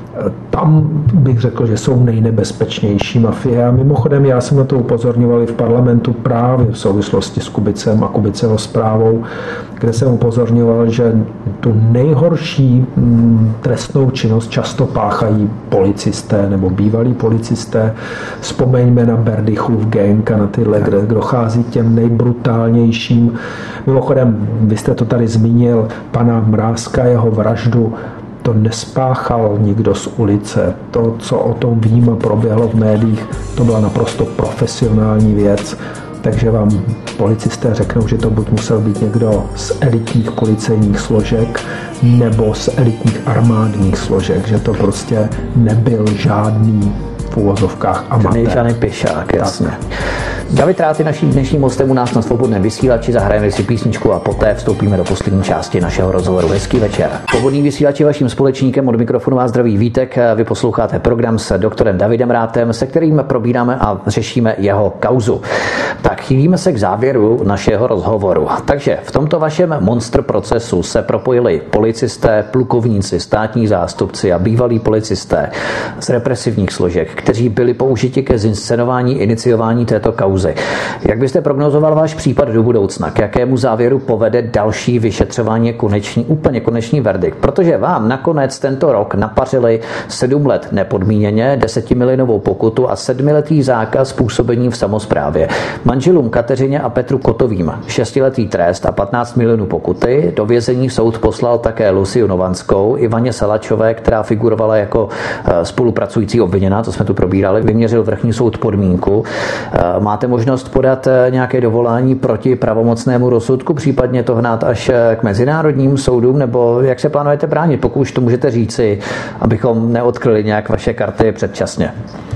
Tam bych řekl, že jsou nejnebezpečnější mafie. A mimochodem, já jsem na to upozorňoval i v parlamentu právě v souvislosti s Kubicem a Kubiceho zprávou, kde jsem upozorňoval, že tu nejhorší trestnou činnost často páchají policisté nebo bývalí policisté. Vzpomeňme na Berdychův gang a na tyhle, kde dochází k těm nejbrutálnějším. Mimochodem, vy jste to tady zmínil, pana Mrázka, jeho vraždu, to nespáchal nikdo z ulice. To, co o tom vím a proběhlo v médiích, to byla naprosto profesionální věc. Takže vám policisté řeknou, že to buď musel být někdo z elitních policejních složek nebo z elitních armádních složek, že to prostě nebyl žádný v uvozovkách amatér. Žádný pěšák, jasně. David Rád je naším dnešním hostem u nás na Svobodném vysílači. Zahrajeme si písničku a poté vstoupíme do poslední části našeho rozhovoru. Hezký večer. Svobodný vysílač je vaším společníkem, od mikrofonu vás zdraví Vítek. Vy posloucháte program s doktorem Davidem Rátem, se kterým probíráme a řešíme jeho kauzu. Tak chýlíme se k závěru našeho rozhovoru. Takže v tomto vašem monster procesu se propojili policisté, plukovníci, státní zástupci a bývalí policisté z represivních složek, kteří byli použiti ke zinscenování, iniciování této kauzy. Jak byste prognozoval váš případ do budoucna? K jakému závěru povede další vyšetřování, úplně konečný verdikt? Protože vám nakonec tento rok napařili 7 let nepodmíněně, 10milionovou pokutu a 7letý zákaz působení v samosprávě. Manželům Kateřině a Petru Kotovým 6letý trest a 15 milionů pokuty. Do vězení soud poslal také Luciu Novanskou, Ivaně Salačové, která figurovala jako spolupracující obviněná, to jsme tu probírali, vyměřil vrchní soud podmínku. Máte možnost podat nějaké dovolání proti pravomocnému rozsudku, případně to hnát až k mezinárodním soudům, nebo jak se plánujete bránit, pokud už to můžete říci, abychom neodkryli nějak vaše karty předčasně?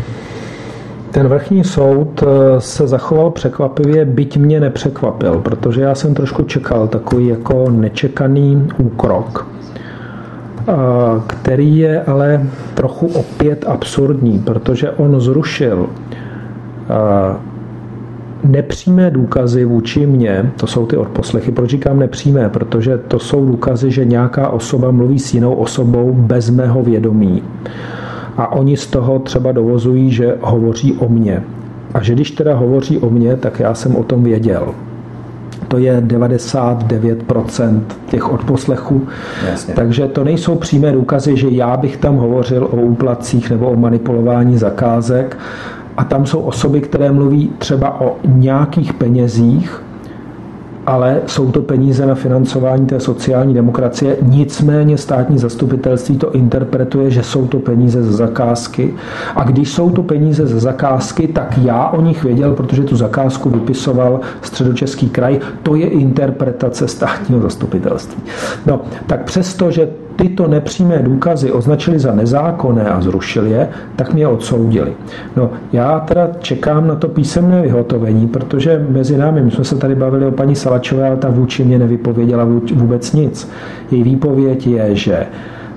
Ten vrchní soud se zachoval překvapivě, byť mě nepřekvapil, protože já jsem trošku čekal takový jako nečekaný úkrok, který je ale trochu opět absurdní, protože on zrušil nepřímé důkazy vůči mně, to jsou ty odposlechy. Proč říkám nepřímé? Protože to jsou důkazy, že nějaká osoba mluví s jinou osobou bez mého vědomí. A oni z toho třeba dovozují, že hovoří o mně. A že když teda hovoří o mně, tak já jsem o tom věděl. To je 99% těch odposlechů. Jasně. Takže to nejsou přímé důkazy, že já bych tam hovořil o úplatcích nebo o manipulování zakázek. A tam jsou osoby, které mluví třeba o nějakých penězích, ale jsou to peníze na financování té sociální demokracie. Nicméně státní zastupitelství to interpretuje, že jsou to peníze ze zakázky. A když jsou to peníze ze zakázky, tak já o nich věděl, protože tu zakázku vypisoval Středočeský kraj. To je interpretace státního zastupitelství. No, tak přesto, že tyto nepřímé důkazy označili za nezákonné a zrušili je, tak mě odsoudili. No, já teda čekám na to písemné vyhotovení, protože mezi námi, my jsme se tady bavili o paní Salačové, ale ta vůči mě nevypověděla vůbec nic. Její výpověď je, že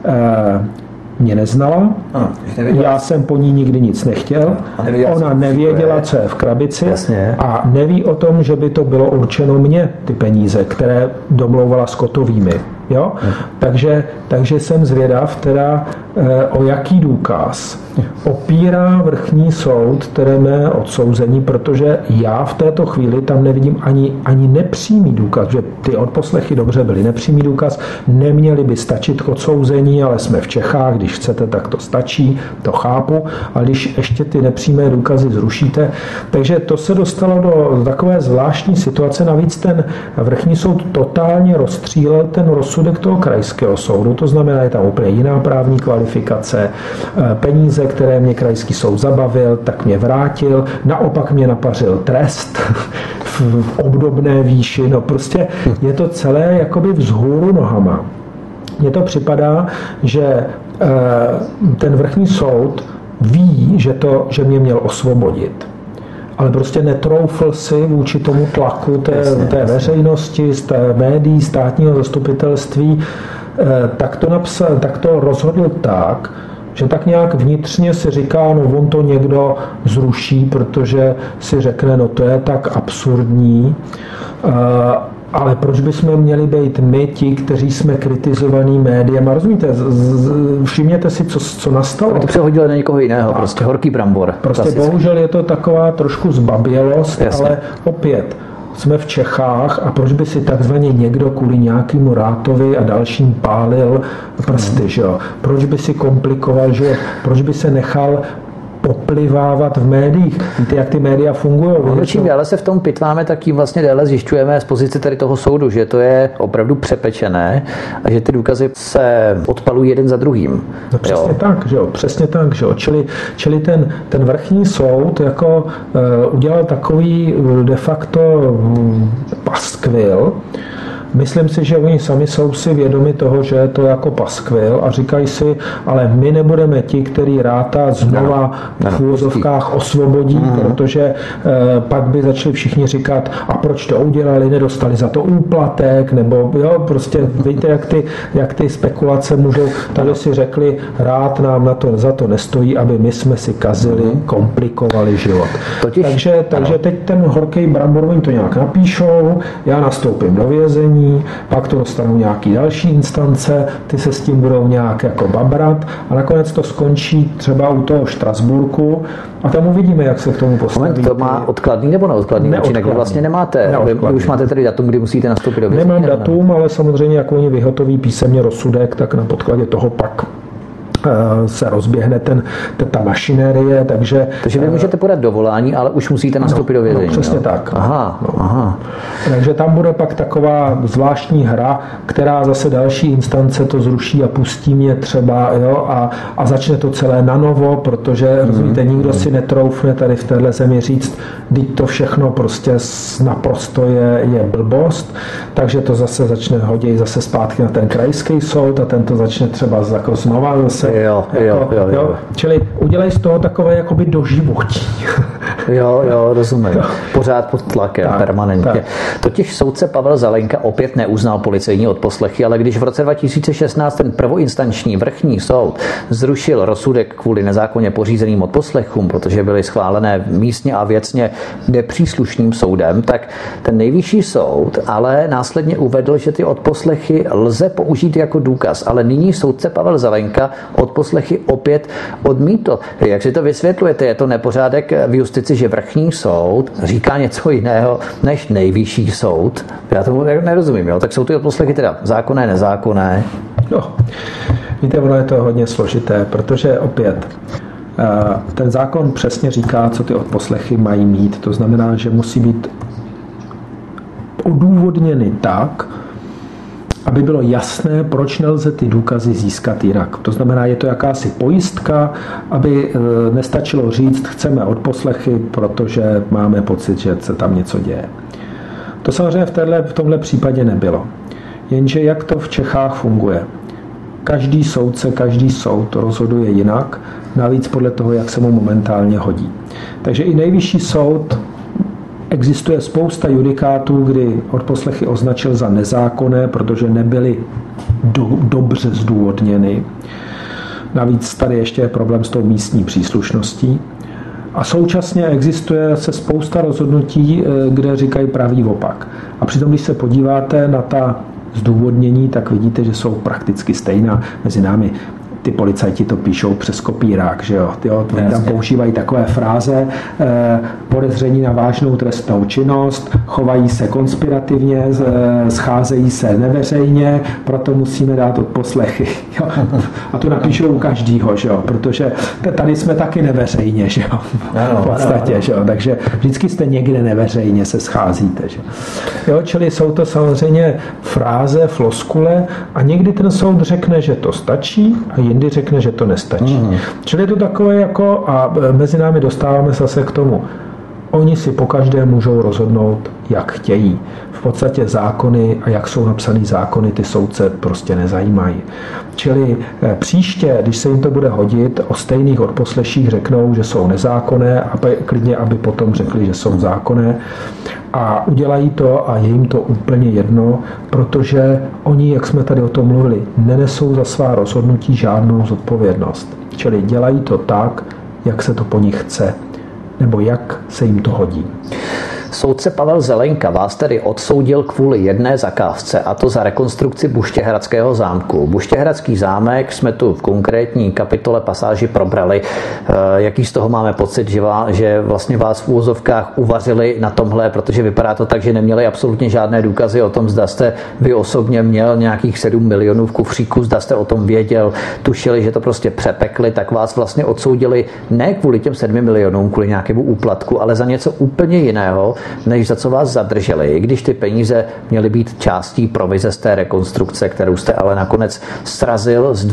mě neznala, já jsem po ní nikdy nic nechtěl, ona nevěděla, co je v krabici a neví o tom, že by to bylo určeno mně, ty peníze, které domlouvala s Kotovými. Jo? Takže jsem zvědav, teda, o jaký důkaz opírá vrchní soud, které mé odsouzení, protože já v této chvíli tam nevidím ani nepřímý důkaz, že ty odposlechy dobře byly nepřímý důkaz, neměly by stačit k odsouzení, ale jsme v Čechách, když chcete, tak to stačí, to chápu, ale když ještě ty nepřímé důkazy zrušíte, takže to se dostalo do takové zvláštní situace, navíc ten vrchní soud totálně rozstřílel ten rozsudek toho krajského soudu, to znamená, je tam úplně jiná právní kvalifikace, peníze, které mě krajský soud zabavil, tak mě vrátil, naopak mě napařil trest v obdobné výši, no prostě je to celé jakoby vzhůru nohama. Mně to připadá, že ten vrchní soud ví, že mě měl osvobodit, ale prostě netroufl si vůči tomu tlaku té veřejnosti, z té médií, státního zastupitelství, tak to rozhodl tak, že tak nějak vnitřně si říká, no on to někdo zruší, protože si řekne, no to je tak absurdní, ale proč bychom měli být my ti, kteří jsme kritizovaní médiem? A rozumíte, všimněte si, co nastalo. To přehodili na někoho jiného, prostě horký brambor. Prostě klasicky. Bohužel je to taková trošku zbabělost, ale opět, jsme v Čechách a proč by si takzvaně někdo kvůli nějakému Rátovi a dalším pálil prsty, že jo? Proč by si komplikoval život? Proč by se nechal poplivávat v médiích? Víte, jak ty média fungují? Čím déle se v tom pitváme, tak tím vlastně déle zjišťujeme z pozice tady toho soudu, že to je opravdu přepečené a že ty důkazy se odpalují jeden za druhým. No přesně tak, že jo, přesně tak, že jo. Čili ten vrchní soud jako udělal takový de facto paskvil. Myslím si, že oni sami jsou si vědomi toho, že je to jako paskvil a říkají si, ale my nebudeme ti, který Ráta znova v úvozovkách osvobodí, protože pak by začali všichni říkat, a proč to udělali, nedostali za to úplatek, nebo jo, prostě víte, jak ty spekulace můžou, tady si řekli, Rád nám za to nestojí, aby my jsme si kazili, komplikovali život. Takže teď ten horký brambor, oni to nějak napíšou, já nastoupím do vězení, pak to dostanou nějaký další instance, ty se s tím budou nějak jako babrat a nakonec to skončí třeba u toho Štrasburku a tam uvidíme, jak se k tomu postaví. Moment, to má odkladný nebo neodkladný? Neodkladný. Vy vlastně nemáte. Vy už máte tedy datum, kdy musíte nastoupit do vězení? Nemám datum, ale samozřejmě, jak oni vyhotoví písemně rozsudek, tak na podkladě toho pak se rozběhne ta mašinérie, takže vy můžete podat dovolání, ale už musíte nastoupit do vězení. No, přesně tak. Aha. Takže tam bude pak taková zvláštní hra, která zase další instance to zruší a pustí mě třeba, jo, a začne to celé na novo, protože rozumíte, nikdo si netroufne tady v téhle zemi říct, teď to všechno prostě naprosto je blbost, takže to zase začne hodit zase zpátky na ten krajský soud a ten to začne třeba jako znova zase. Jo. Čili udělej z toho takové jakoby doživotí. Jo, rozumím. Pořád pod tlakem, permanentně. Tak. Totiž soudce Pavel Zelenka opět neuznal policejní odposlechy, ale když v roce 2016 ten prvoinstanční vrchní soud zrušil rozsudek kvůli nezákonně pořízeným odposlechům, protože byly schválené místně a věcně nepříslušným soudem, tak ten nejvyšší soud ale následně uvedl, že ty odposlechy lze použít jako důkaz, ale nyní soudce Pavel Zelenka odposlechy opět odmítl. Jak si to vysvětlujete? Je to nepořádek v justici, že vrchní soud říká něco jiného než nejvyšší soud? Já tomu nerozumím. Jo? Tak jsou ty odposlechy teda zákonné, nezákonné? No, víte, ono je to hodně složité, protože opět ten zákon přesně říká, co ty odposlechy mají mít. To znamená, že musí být odůvodněny tak, aby bylo jasné, proč nelze ty důkazy získat jinak. To znamená, je to jakási pojistka, aby nestačilo říct, chceme odposlechy, protože máme pocit, že se tam něco děje. To samozřejmě v tomhle případě nebylo. Jenže jak to v Čechách funguje? Každý soudce, každý soud rozhoduje jinak, navíc podle toho, jak se mu momentálně hodí. Takže i nejvyšší soud, existuje spousta judikátů, kdy odposlechy označil za nezákonné, protože nebyly dobře zdůvodněny. Navíc tady ještě je problém s tou místní příslušností. A současně existuje se spousta rozhodnutí, kde říkají pravý opak. A přitom, když se podíváte na ta zdůvodnění, tak vidíte, že jsou prakticky stejná mezi námi. Ty policajti to píšou přes kopírák, že jo? Tam používají takové fráze, podezření na vážnou trestnou činnost, chovají se konspirativně, scházejí se neveřejně, proto musíme dát odposlechy. Jo? A to napíšou u každýho, že jo? Protože tady jsme taky neveřejně, že jo? V podstatě, že jo? Takže vždycky jste někde neveřejně se scházíte, že jo? Čili jsou to samozřejmě fráze, floskule a někdy ten soud řekne, že to stačí a jindy řekne, že to nestačí. Čili je to takové jako, a mezi námi dostáváme zase k tomu, oni si pokaždé můžou rozhodnout, jak chtějí. V podstatě zákony a jak jsou napsaný zákony, ty soudce prostě nezajímají. Čili příště, když se jim to bude hodit, o stejných odposleších řeknou, že jsou nezákonné a klidně, aby potom řekli, že jsou zákonné. A udělají to a je jim to úplně jedno, protože oni, jak jsme tady o tom mluvili, nenesou za svá rozhodnutí žádnou zodpovědnost. Čili dělají to tak, jak se to po nich chce, nebo jak se jim to hodí. Soudce Pavel Zelenka vás tedy odsoudil kvůli jedné zakázce, a to za rekonstrukci Buštěhradského zámku. Buštěhradský zámek jsme tu v konkrétní kapitole pasáži probrali. Jaký z toho máme pocit, že vlastně vás v úvozovkách uvařili na tomhle, protože vypadá to tak, že neměli absolutně žádné důkazy o tom, zda jste vy osobně měl nějakých 7 milionů v kufříku, zda jste o tom věděl, tušili, že to prostě přepekli, tak vás vlastně odsoudili ne kvůli těm 7 milionům, kvůli nějakému úplatku, ale za něco úplně jiného, než za co vás zadrželi, i když ty peníze měly být částí provize z té rekonstrukce, kterou jste ale nakonec srazil z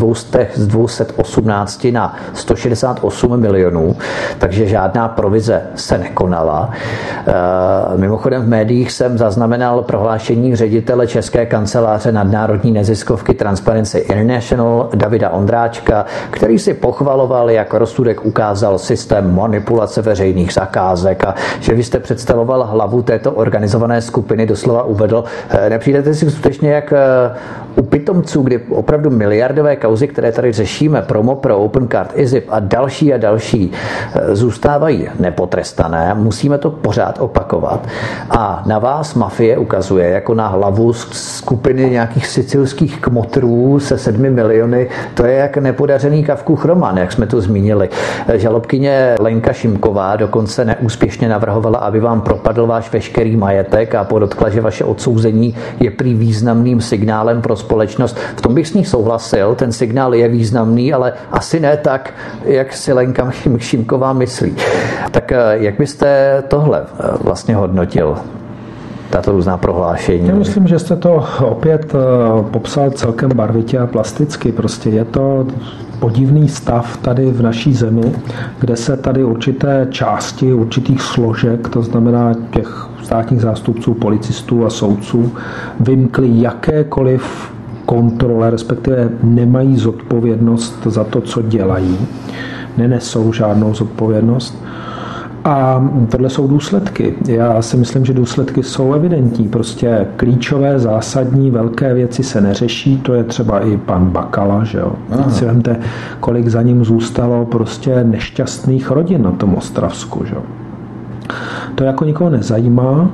218 na 168 milionů, takže žádná provize se nekonala. Mimochodem v médiích jsem zaznamenal prohlášení ředitele České kanceláře nadnárodní neziskovky Transparency International Davida Ondráčka, který si pochvaloval, jak rozsudek ukázal systém manipulace veřejných zakázek a že vy jste představoval hlavu této organizované skupiny, doslova uvedl. Nepřijdete si skutečně jak u pitomců, kdy opravdu miliardové kauzy, které tady řešíme, Promopro, Opencard, IZIP a další, zůstávají nepotrestané. Musíme to pořád opakovat. A na vás mafie ukazuje jako na hlavu skupiny nějakých sicilských kmotrů se 7 miliony. To je jak nepodařený Kafkův román, jak jsme tu zmínili. Žalobkyně Lenka Šimková dokonce neúspěšně navrhovala, aby vám propadl váš veškerý majetek a podotkla, že vaše odsouzení je prý významným signálem pro společnost. V tom bych s ní souhlasil, ten signál je významný, ale asi ne tak, jak si Lenka Šimková myslí. Tak jak byste tohle vlastně hodnotil? Tato různá prohlášení. Já myslím, že jste to opět popsal celkem barvitě a plasticky. Prostě je to podivný stav tady v naší zemi, kde se tady určité části, určitých složek, to znamená těch státních zástupců, policistů a soudců, vymkli jakékoliv kontrole, respektive nemají zodpovědnost za to, co dělají. Nenesou žádnou zodpovědnost. A tohle jsou důsledky. Já si myslím, že důsledky jsou evidentní. Prostě klíčové, zásadní, velké věci se neřeší. To je třeba i pan Bakala, že jo. Teď si vemte, kolik za ním zůstalo prostě nešťastných rodin na tom Ostravsku, že jo. To jako nikoho nezajímá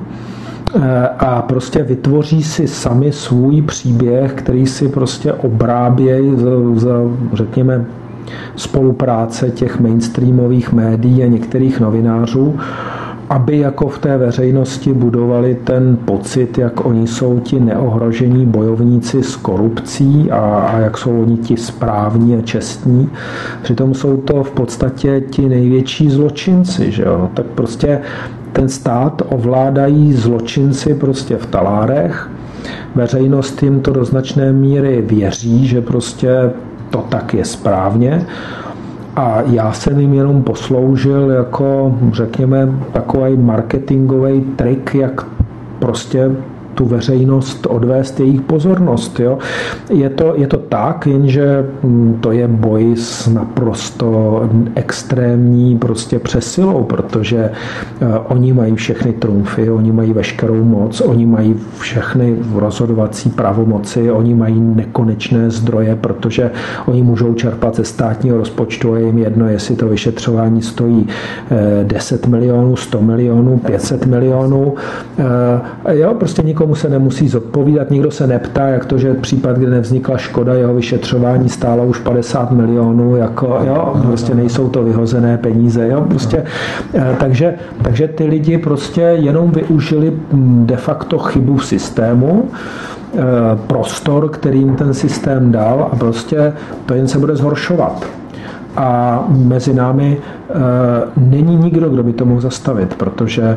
a prostě vytvoří si sami svůj příběh, který si prostě obrábějí za řekněme, spolupráce těch mainstreamových médií a některých novinářů, aby jako v té veřejnosti budovali ten pocit, jak oni jsou ti neohrožení bojovníci s korupcí a jak jsou oni ti správní a čestní. Přitom jsou to v podstatě ti největší zločinci, že jo? Tak prostě ten stát ovládají zločinci prostě v talárech. Veřejnost jim to do značné míry věří, že prostě to tak je správně. A já jsem jim jenom posloužil jako, řekněme, takový marketingový trik, jak prostě tu veřejnost odvést jejich pozornost. Jo. Je to tak, jenže to je boj s naprosto extrémní prostě přesilou, protože oni mají všechny trumfy, oni mají veškerou moc, oni mají všechny rozhodovací pravomoci, oni mají nekonečné zdroje, protože oni můžou čerpat ze státního rozpočtu a je jim jedno, jestli to vyšetřování stojí 10 milionů, 100 milionů, 500 milionů. Jo, prostě nikomu se nemusí zodpovídat, nikdo se neptá, jak to, že případ, kde nevznikla škoda, jeho vyšetřování stálo už 50 milionů, jako, jo, prostě nejsou to vyhozené peníze, jo, prostě, takže ty lidi prostě jenom využili de facto chybu v systému, prostor, kterým ten systém dal a prostě to jen se bude zhoršovat. A mezi námi není nikdo, kdo by to mohl zastavit, protože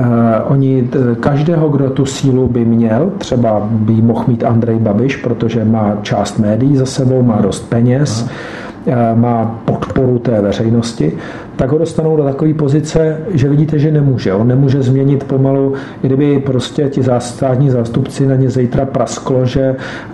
každého, kdo tu sílu by měl, třeba by mohl mít Andrej Babiš, protože má část médií za sebou, má dost peněz, má podporu té veřejnosti, tak ho dostanou do takové pozice, že vidíte, že nemůže. On nemůže změnit pomalu, kdyby prostě ti státní zástupci na ně zítra prasklo, že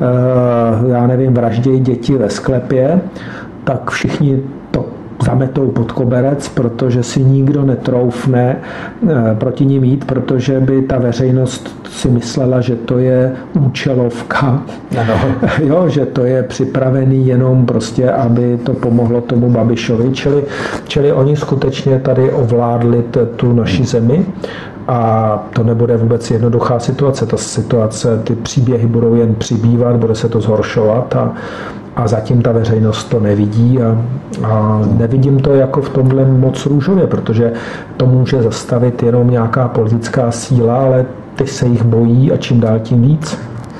já nevím, vraždějí děti ve sklepě, tak všichni to zametou pod koberec, protože si nikdo netroufne proti nim jít, protože by ta veřejnost si myslela, že to je účelovka. Jo, že to je připravený jenom prostě, aby to pomohlo tomu Babišovi. Čili oni skutečně tady ovládli tu naši zemi. A to nebude vůbec jednoduchá situace. Ta situace, ty příběhy budou jen přibývat, bude se to zhoršovat a zatím ta veřejnost to nevidí a nevidím to jako v tomhle moc růžově, protože to může zastavit jenom nějaká politická síla, ale ty se jich bojí a čím dál tím víc.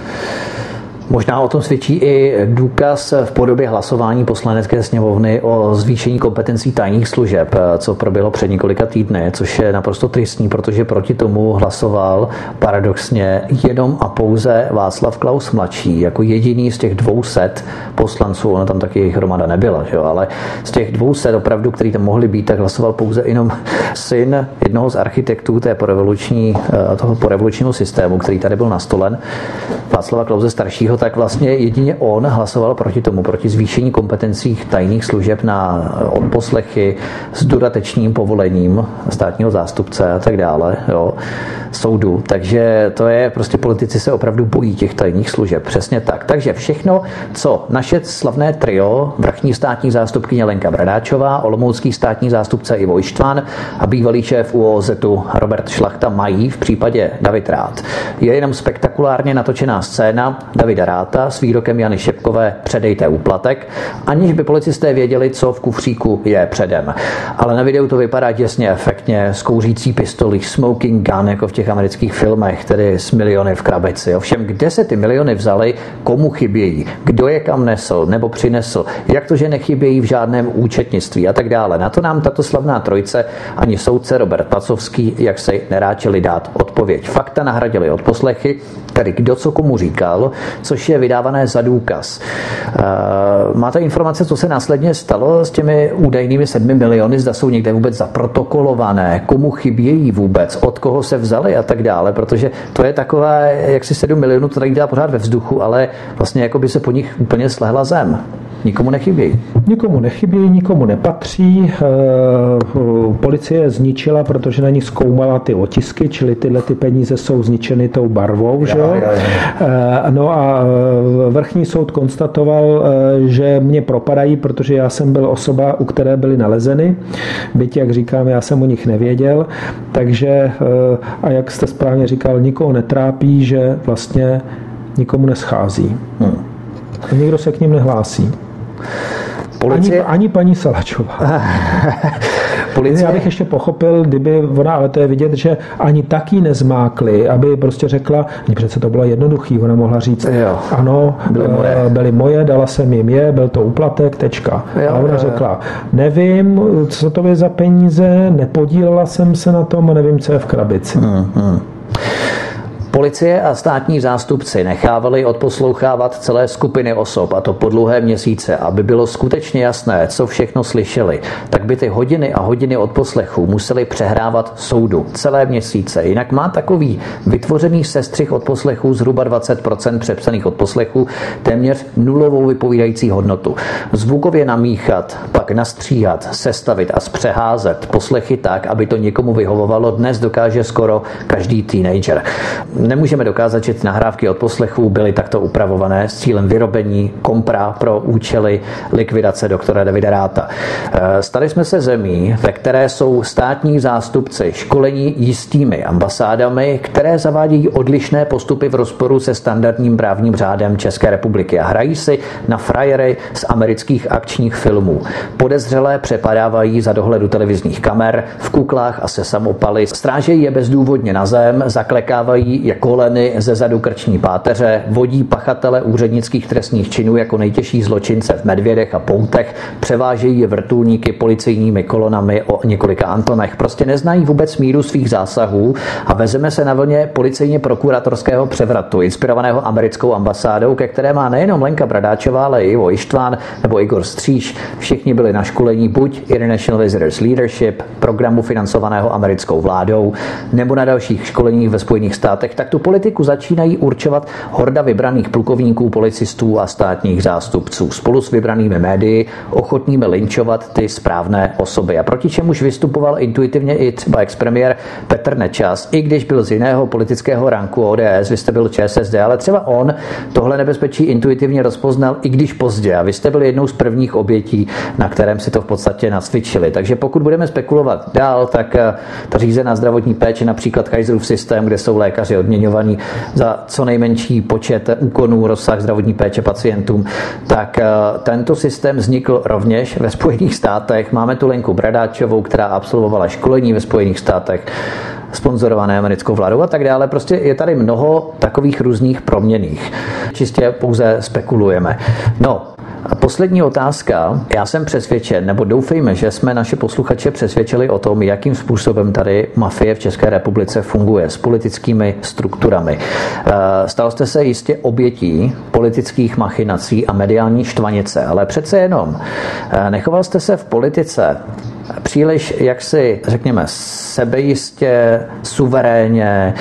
Možná o tom svědčí i důkaz v podobě hlasování Poslanecké sněmovny o zvýšení kompetencí tajných služeb, co proběhlo před několika týdny, což je naprosto tristní, protože proti tomu hlasoval paradoxně jenom a pouze Václav Klaus mladší, jako jediný z těch 200 poslanců, ono tam taky hromada nebyla, že jo, ale z těch 200 opravdu, který tam mohli být, tak hlasoval pouze jenom syn jednoho z architektů toho porevolučního systému, který tady byl nastolen, Václava Klause staršího, tak vlastně jedině on hlasoval proti zvýšení kompetencí tajných služeb na odposlechy s dodatečným povolením státního zástupce a tak dále, jo, soudu. Takže to je, prostě politici se opravdu bojí těch tajných služeb, přesně tak. Takže všechno, co naše slavné trio, vrchní státní zástupkyně Lenka Bradáčová, olomoucký státní zástupce Ivo Ištván a bývalý šéf ÚOOZ-u Robert Šlachta mají v případě David Rath, je jenom spektakulárně natočená scéna Davida Ratha s výrokem Jany Šepkové předejte úplatek, aniž by policisté věděli, co v kufříku je předem. Ale na videu to vypadá děsně efektně, s kouřící pistolí, smoking gun, jako v těch amerických filmech, tedy s miliony v krabici. Ovšem, kde se ty miliony vzaly, komu chybějí, kdo je kam nesl nebo přinesl, jak to, že nechybějí v žádném účetnictví a tak dále. Na to nám tato slavná trojice ani soudce Robert Pacovský, jak se neráčili dát odpověď. Fakta nahradili odposlechy, tedy kdo co komu říkal, což je vydávané za důkaz. Máte informace, co se následně stalo s těmi údajnými 7 miliony, zda jsou někde vůbec zaprotokolované, komu chybějí vůbec, od koho se vzali a tak dále, protože to je takové, jak si 7 milionů, to tady dá pořád ve vzduchu, ale vlastně jako by se po nich úplně slehla zem. Nikomu nechybějí. Nikomu nechybějí, nikomu nepatří. Policie je zničila, protože na nich zkoumala ty otisky, čili tyhle ty peníze jsou zničeny tou barvou. Že? No a vrchní soud konstatoval, že mě propadají, protože já jsem byl osoba, u které byly nalezeny. Byť, jak říkám, já jsem o nich nevěděl. Takže, a jak jste správně říkal, nikoho netrápí, že vlastně nikomu neschází. A nikdo se k nim nehlásí. Ani paní Salačová. Já bych ještě pochopil, kdyby ona, ale to je vidět, že ani taky nezmákli, aby prostě řekla, přece to bylo jednoduchý, ona mohla říct, ano, byly moje, dala jsem jim byl to úplatek, tečka. A ona řekla, nevím, co to je za peníze, nepodílela jsem se na tom a nevím, co je v krabici. Policie a státní zástupci nechávali odposlouchávat celé skupiny osob, a to po dlouhé měsíce, aby bylo skutečně jasné, co všechno slyšeli, tak by ty hodiny a hodiny odposlechů museli přehrávat soudu celé měsíce. Jinak má takový vytvořený sestřih odposlechů zhruba 20% přepsaných odposlechů téměř nulovou vypovídající hodnotu. Zvukově namíchat, pak nastříhat, sestavit a zpřeházet poslechy tak, aby to někomu vyhovovalo, dnes dokáže skoro každý teenager. Nemůžeme dokázat, že ty nahrávky od poslechů byly takto upravované s cílem vyrobení kompra pro účely likvidace doktora Davida Ratha. Stali jsme se zemí, ve které jsou státní zástupci školení jistými ambasádami, které zavádějí odlišné postupy v rozporu se standardním právním řádem České republiky a hrají si na frajery z amerických akčních filmů. Podezřelé přepadávají za dohledu televizních kamer, v kuklách a se samopaly, strážejí je bezdůvodně na zem, zaklekávají je koleny ze zadu krční páteře, vodí pachatele úřednických trestných činů jako nejtěžší zločince v Medvědech a Poutech, převážejí je vrtulníky policejními kolonami o několika Antonech. Prostě neznají vůbec míru svých zásahů a vezeme se na vlně policejně prokurátorského převratu, inspirovaného americkou ambasádou, ke které má nejenom Lenka Bradáčová, ale i Ivo Ištván nebo Igor Stříž. Všichni byli na školení buď International Visitors Leadership, programu financovaného americkou vládou, nebo na dalších školeních ve Spojených státech. Tak tu politiku začínají určovat horda vybraných plukovníků, policistů a státních zástupců spolu s vybranými médii, ochotnými linčovat ty správné osoby. A proti čemuž vystupoval intuitivně i třeba expremiér Petr Nečas, i když byl z jiného politického ranku ODS, vy jste byl ČSSD, ale třeba on tohle nebezpečí intuitivně rozpoznal, i když pozdě. A vy jste byli jednou z prvních obětí, na kterém si to v podstatě nacvičili. Takže pokud budeme spekulovat dál, tak ta řízená zdravotní péče, například Kaiserův systém, kde jsou lékaři odměňovaní za co nejmenší počet úkonů, rozsah zdravotní péče pacientům, tak tento systém vznikl rovněž ve Spojených státech. Máme tu Lenku Bradáčovou, která absolvovala školení ve Spojených státech, sponzorované americkou vládou a tak dále. Prostě je tady mnoho takových různých proměnných. Čistě pouze spekulujeme. No, a poslední otázka. Já jsem přesvědčen, nebo doufejme, že jsme naše posluchače přesvědčili o tom, jakým způsobem tady mafie v České republice funguje s politickými strukturami. Stal jste se jistě obětí politických machinací a mediální štvanice, ale přece jenom nechoval jste se v politice příliš, jaksi, řekněme, sebejistě, suverénně,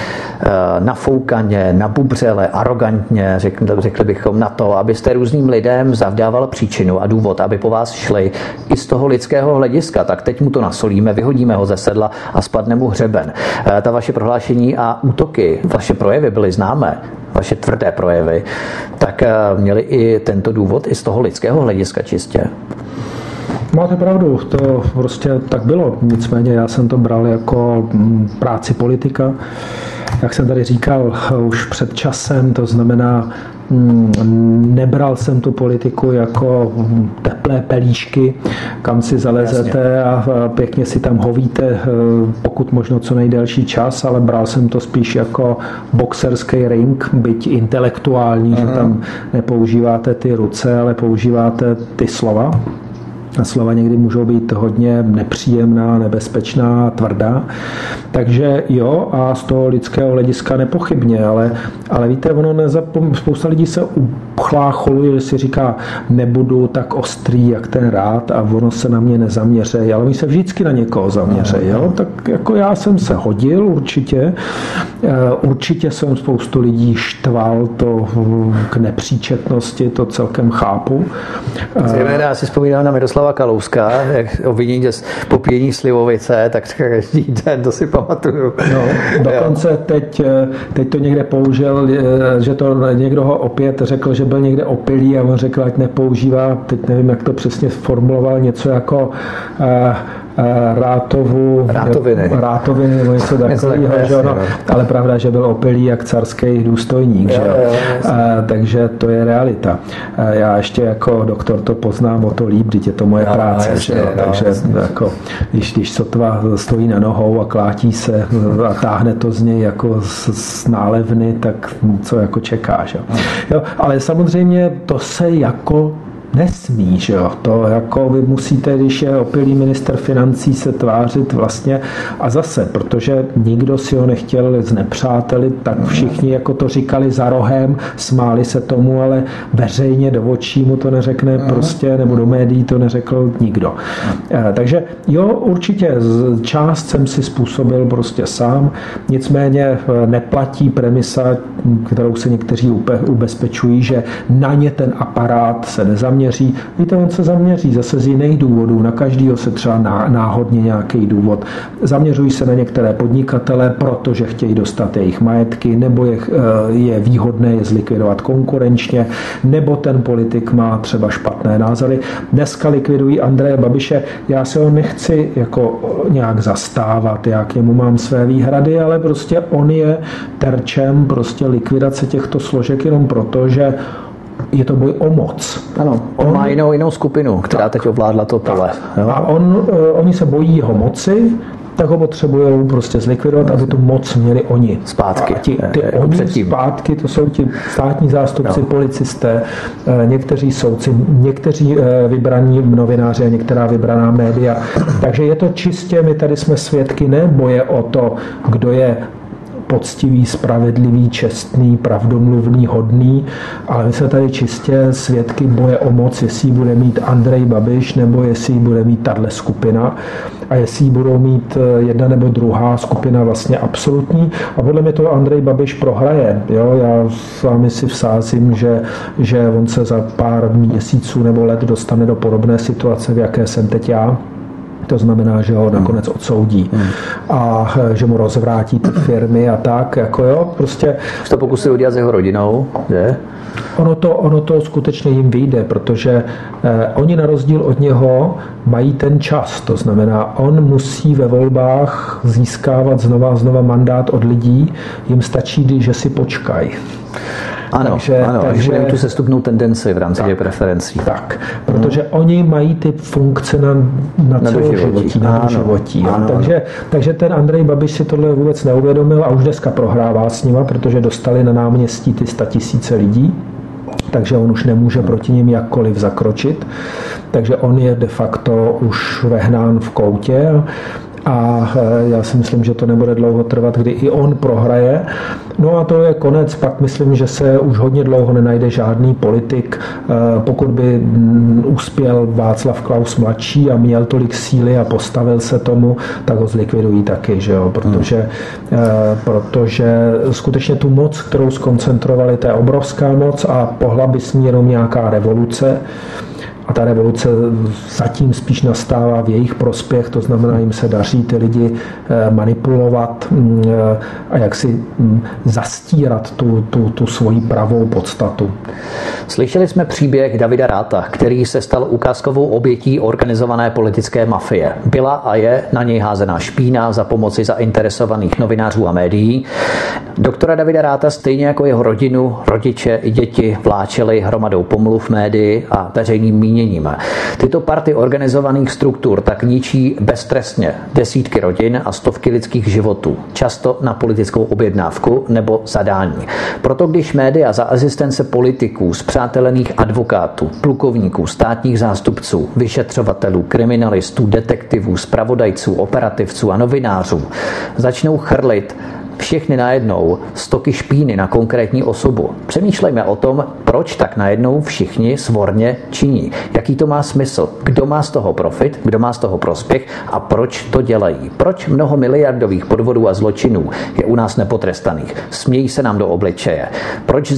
nafoukaně, nabubřele, arrogantně, řekli bychom na to, abyste různým lidem zavdával příčinu a důvod, aby po vás šli i z toho lidského hlediska. Tak teď mu to nasolíme, vyhodíme ho ze sedla a spadne mu hřeben. Ta vaše prohlášení a útoky, vaše projevy byly známé, vaše tvrdé projevy, tak měli i tento důvod i z toho lidského hlediska čistě. Máte pravdu, to prostě tak bylo. Nicméně já jsem to bral jako práci politika. Jak jsem tady říkal už před časem, to znamená, nebral jsem tu politiku jako teplé pelíšky, kam si zalezete a pěkně si tam hovíte, pokud možno co nejdelší čas, ale bral jsem to spíš jako boxerský ring, byť intelektuální, že tam nepoužíváte ty ruce, ale používáte ty slova. A slova někdy můžou být hodně nepříjemná, nebezpečná, tvrdá. Takže jo, a z toho lidského hlediska nepochybně, ale víte, spousta lidí se uchlácholuje, že si říká, nebudu tak ostrý, jak ten Rád a ono se na mě nezaměří, ale oni se vždycky na někoho zaměří. Jo? Tak jako já jsem se hodil určitě jsem spoustu lidí štval to k nepříčetnosti, to celkem chápu. Já si vzpomínám na Miroslava Kalouska, jak obvinění z popíjení slivovice, tak každý den, to si pamatuju. No, dokonce teď to někde použil, že to někdo ho opět řekl, že byl někde opilý a on řekl, ať nepoužívá, teď nevím, jak to přesně formuloval, něco jako Rátoviny nebo něco takového, ale pravda, že byl opilý jak carský důstojník, že jo? Takže to je realita. Já ještě jako doktor to poznám o to líp, když je to moje práce, jasně, že jo? Takže jako, když sotva stojí na nohou a klátí se a táhne to z něj jako z nálevny, tak co jako čekáš, jo? Ale samozřejmě to se jako nesmí, že jo. To jako vy musíte, když je opilý ministr financí, se tvářit vlastně a zase, protože nikdo si ho nechtěl znepřátelit, tak všichni jako to říkali za rohem, smáli se tomu, ale veřejně do očí mu to neřekne prostě, nebo do médií to neřekl nikdo. Takže jo, určitě část jsem si způsobil prostě sám, nicméně neplatí premisa, kterou se někteří ubezpečují, že na ně ten aparát se nezaměří. Víte, on se zaměří zase z jiných důvodů. Na každého se třeba náhodně nějaký důvod. Zaměřují se na některé podnikatele, protože chtějí dostat jejich majetky, nebo je výhodné je zlikvidovat konkurenčně, nebo ten politik má třeba špatné názory. Dneska likvidují Andreje Babiše. Já se ho nechci jako nějak zastávat, já k němu mám své výhrady, ale prostě on je terčem prostě likvidace těchto složek jenom proto, že je to boj o moc. Ano, on má jinou skupinu, která teď ovládla to pole. A oni se bojí jeho moci, tak ho potřebují prostě zlikvidovat, aby tu moc měli oni. Zpátky. Zpátky, to jsou ti státní zástupci, policisté, někteří soudci, někteří vybraní novináři a některá vybraná média. Takže je to čistě, my tady jsme svědky ne boje o to, kdo je poctivý, spravedlivý, čestný, pravdomluvný, hodný, ale my jsme tady čistě svědky boje o moc, jestli bude mít Andrej Babiš, nebo jestli bude mít tahle skupina a jestli budou mít jedna nebo druhá skupina vlastně absolutní. A podle mě to Andrej Babiš prohraje. Jo? Já s vámi si vsázím, že on se za pár měsíců nebo let dostane do podobné situace, v jaké jsem teď já. To znamená, že ho nakonec odsoudí a že mu rozvrátí ty firmy a tak, jako jo, prostě. Už to pokusil udělat s jeho rodinou, že? Ono to skutečně jim vyjde, protože oni na rozdíl od něho mají ten čas, to znamená, on musí ve volbách získávat znova mandát od lidí, jim stačí, že si počkají. Ano, takže mají tu sestupnou tendenci v rámci těch preferencí. Tak, protože oni mají ty funkce na celoživotí, na doživotí. Takže ten Andrej Babiš si tohle vůbec neuvědomil a už dneska prohrává s nima, protože dostali na náměstí ty 100 000 lidí, takže on už nemůže proti nim jakkoliv zakročit. Takže on je de facto už vehnán v koutě. A já si myslím, že to nebude dlouho trvat, kdy i on prohraje. No a to je konec. Pak myslím, že se už hodně dlouho nenajde žádný politik. Pokud by uspěl Václav Klaus mladší a měl tolik síly a postavil se tomu, tak ho zlikvidují taky, že jo? Protože skutečně tu moc, kterou skoncentrovali, to je obrovská moc a pohla by s ní jenom nějaká revoluce. A ta revoluce zatím spíš nastává v jejich prospěch, to znamená, jim se daří ty lidi manipulovat a jak si zastírat tu svoji pravou podstatu. Slyšeli jsme příběh Davida Ratha, který se stal ukázkovou obětí organizované politické mafie. Byla a je na něj házená špína za pomoci zainteresovaných novinářů a médií. Doktora Davida Ratha stejně jako jeho rodinu, rodiče i děti vláčeli hromadou pomluv médií a veřejným míněním. Tyto party organizovaných struktur tak ničí beztrestně desítky rodin a stovky lidských životů, často na politickou objednávku nebo zadání. Proto když média za asistence politiků, spřátelených advokátů, plukovníků, státních zástupců, vyšetřovatelů, kriminalistů, detektivů, zpravodajců, operativců a novinářů začnou chrlit všechny najednou stoky špíny na konkrétní osobu. Přemýšlejme o tom, proč tak najednou všichni svorně činí. Jaký to má smysl? Kdo má z toho profit? Kdo má z toho prospěch? A proč to dělají? Proč mnoho miliardových podvodů a zločinů je u nás nepotrestaných? Smějí se nám do obličeje. Proč Zdeněk Bakala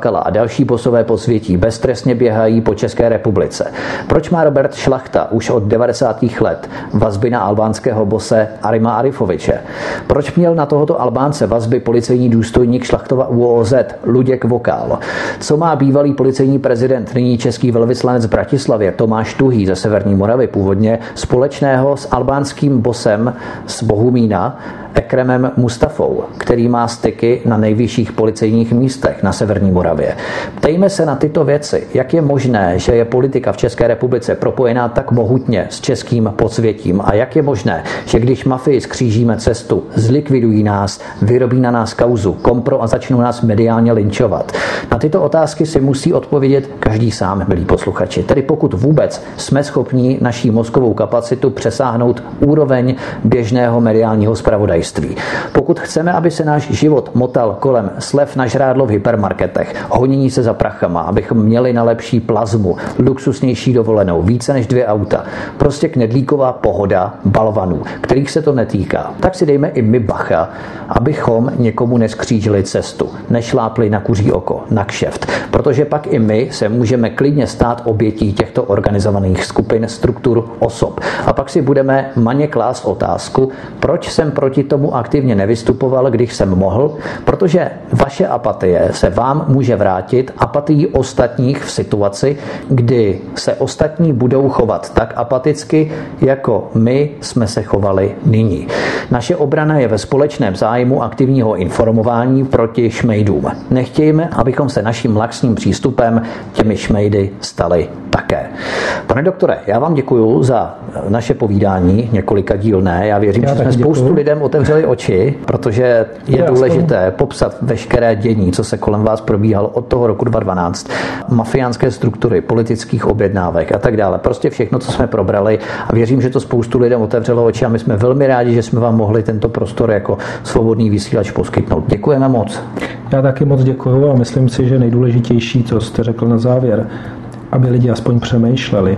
Bakala a další bosové podsvětí beztrestně běhají po České republice? Proč má Robert Šlachta už od 90. let vazby na albánského bose Arima Arifoviče? Proč měl na tohoto Albánce vazby policejní důstojník Šlachtova ÚOZ Luděk Vokál? Co má bývalý policejní prezident, nyní český velvyslanec v Bratislavě Tomáš Tuhý ze Severní Moravy, původně společného s albánským bosem z Bohumína Ekremem Mustafou, který má styky na nejvyšších policejních místech na Severní Moravě? Ptejme se na tyto věci. Jak je možné, že je politika v České republice propojená tak mohutně s českým podsvětím? A jak je možné, že když mafii skřížíme cestu, zlikvidují nás, vyrobí na nás kauzu, kompro a začnou nás mediálně lynčovat? Na tyto otázky si musí odpovědět každý sám, milí posluchači. Tedy pokud vůbec jsme schopni naší mozkovou kapacitu přesáhnout úroveň běžného mediálního zpravodajství. Pokud chceme, aby se náš život motal kolem slev na žrádlo v hypermarketech, honění se za prachama, abychom měli na lepší plazmu, luxusnější dovolenou, více než 2 auta, prostě knedlíková pohoda balvanů, kterých se to netýká, tak si dejme i my bacha, abychom někomu neskřížili cestu, nešlápli na kuří oko, na kšeft, protože pak i my se můžeme klidně stát obětí těchto organizovaných skupin, struktur, osob. A pak si budeme maně klást otázku, proč jsem proti tomu aktivně nevystupoval, když jsem mohl, protože vaše apatie se vám může vrátit apatií ostatních v situaci, kdy se ostatní budou chovat tak apaticky, jako my jsme se chovali nyní. Naše obrana je ve společném zájmu aktivního informování proti šmejdům. Nechtějme, abychom se naším laxním přístupem těmi šmejdy stali také. Pane doktore, já vám děkuju za naše povídání, několika dílné. Já věřím, že jsme spoustu lidem otevřeli oči, protože je důležité popsat veškeré dění, co se kolem vás probíhalo od toho roku 2012. Mafiánské struktury, politických objednávek a tak dále. Prostě všechno, co jsme probrali, a věřím, že to spoustu lidem otevřelo oči a my jsme velmi rádi, že jsme vám mohli tento prostor jako svobodný vysílač poskytnout. Děkujeme moc. Já taky moc děkuju a myslím si, že nejdůležitější, co jste řekl na závěr, aby lidi aspoň přemýšleli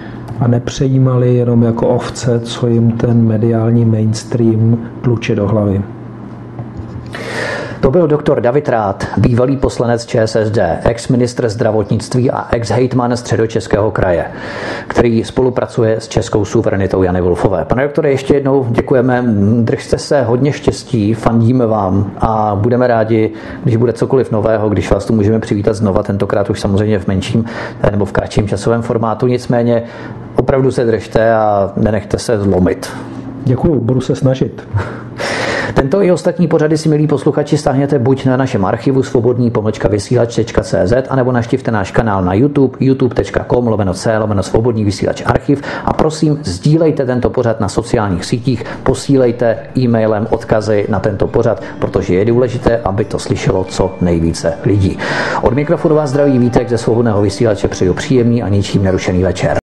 a nepřejímali jenom jako ovce, co jim ten mediální mainstream tluče do hlavy. To byl doktor David Rath, bývalý poslanec ČSSD, ex-ministr zdravotnictví a ex-hejtman Středočeského kraje, který spolupracuje s českou suverenitou Jany Wolfové. Pane doktore, ještě jednou děkujeme, držte se, hodně štěstí, fandíme vám a budeme rádi, když bude cokoliv nového, když vás tu můžeme přivítat znova, tentokrát už samozřejmě v menším nebo v kratším časovém formátu, nicméně opravdu se držte a nenechte se zlomit. Děkuju, budu se snažit. Tento i ostatní pořady si, milí posluchači, stáhněte buď na našem archivu svobodný-vysílač.cz anebo naštivte náš kanál na YouTube, youtube.com/svobodný vysílač archiv a prosím, sdílejte tento pořad na sociálních sítích, posílejte e-mailem odkazy na tento pořad, protože je důležité, aby to slyšelo co nejvíce lidí. Od mikrofonu vás zdraví Vítek ze Svobodného vysílače, přeju příjemný a ničím nerušený večer.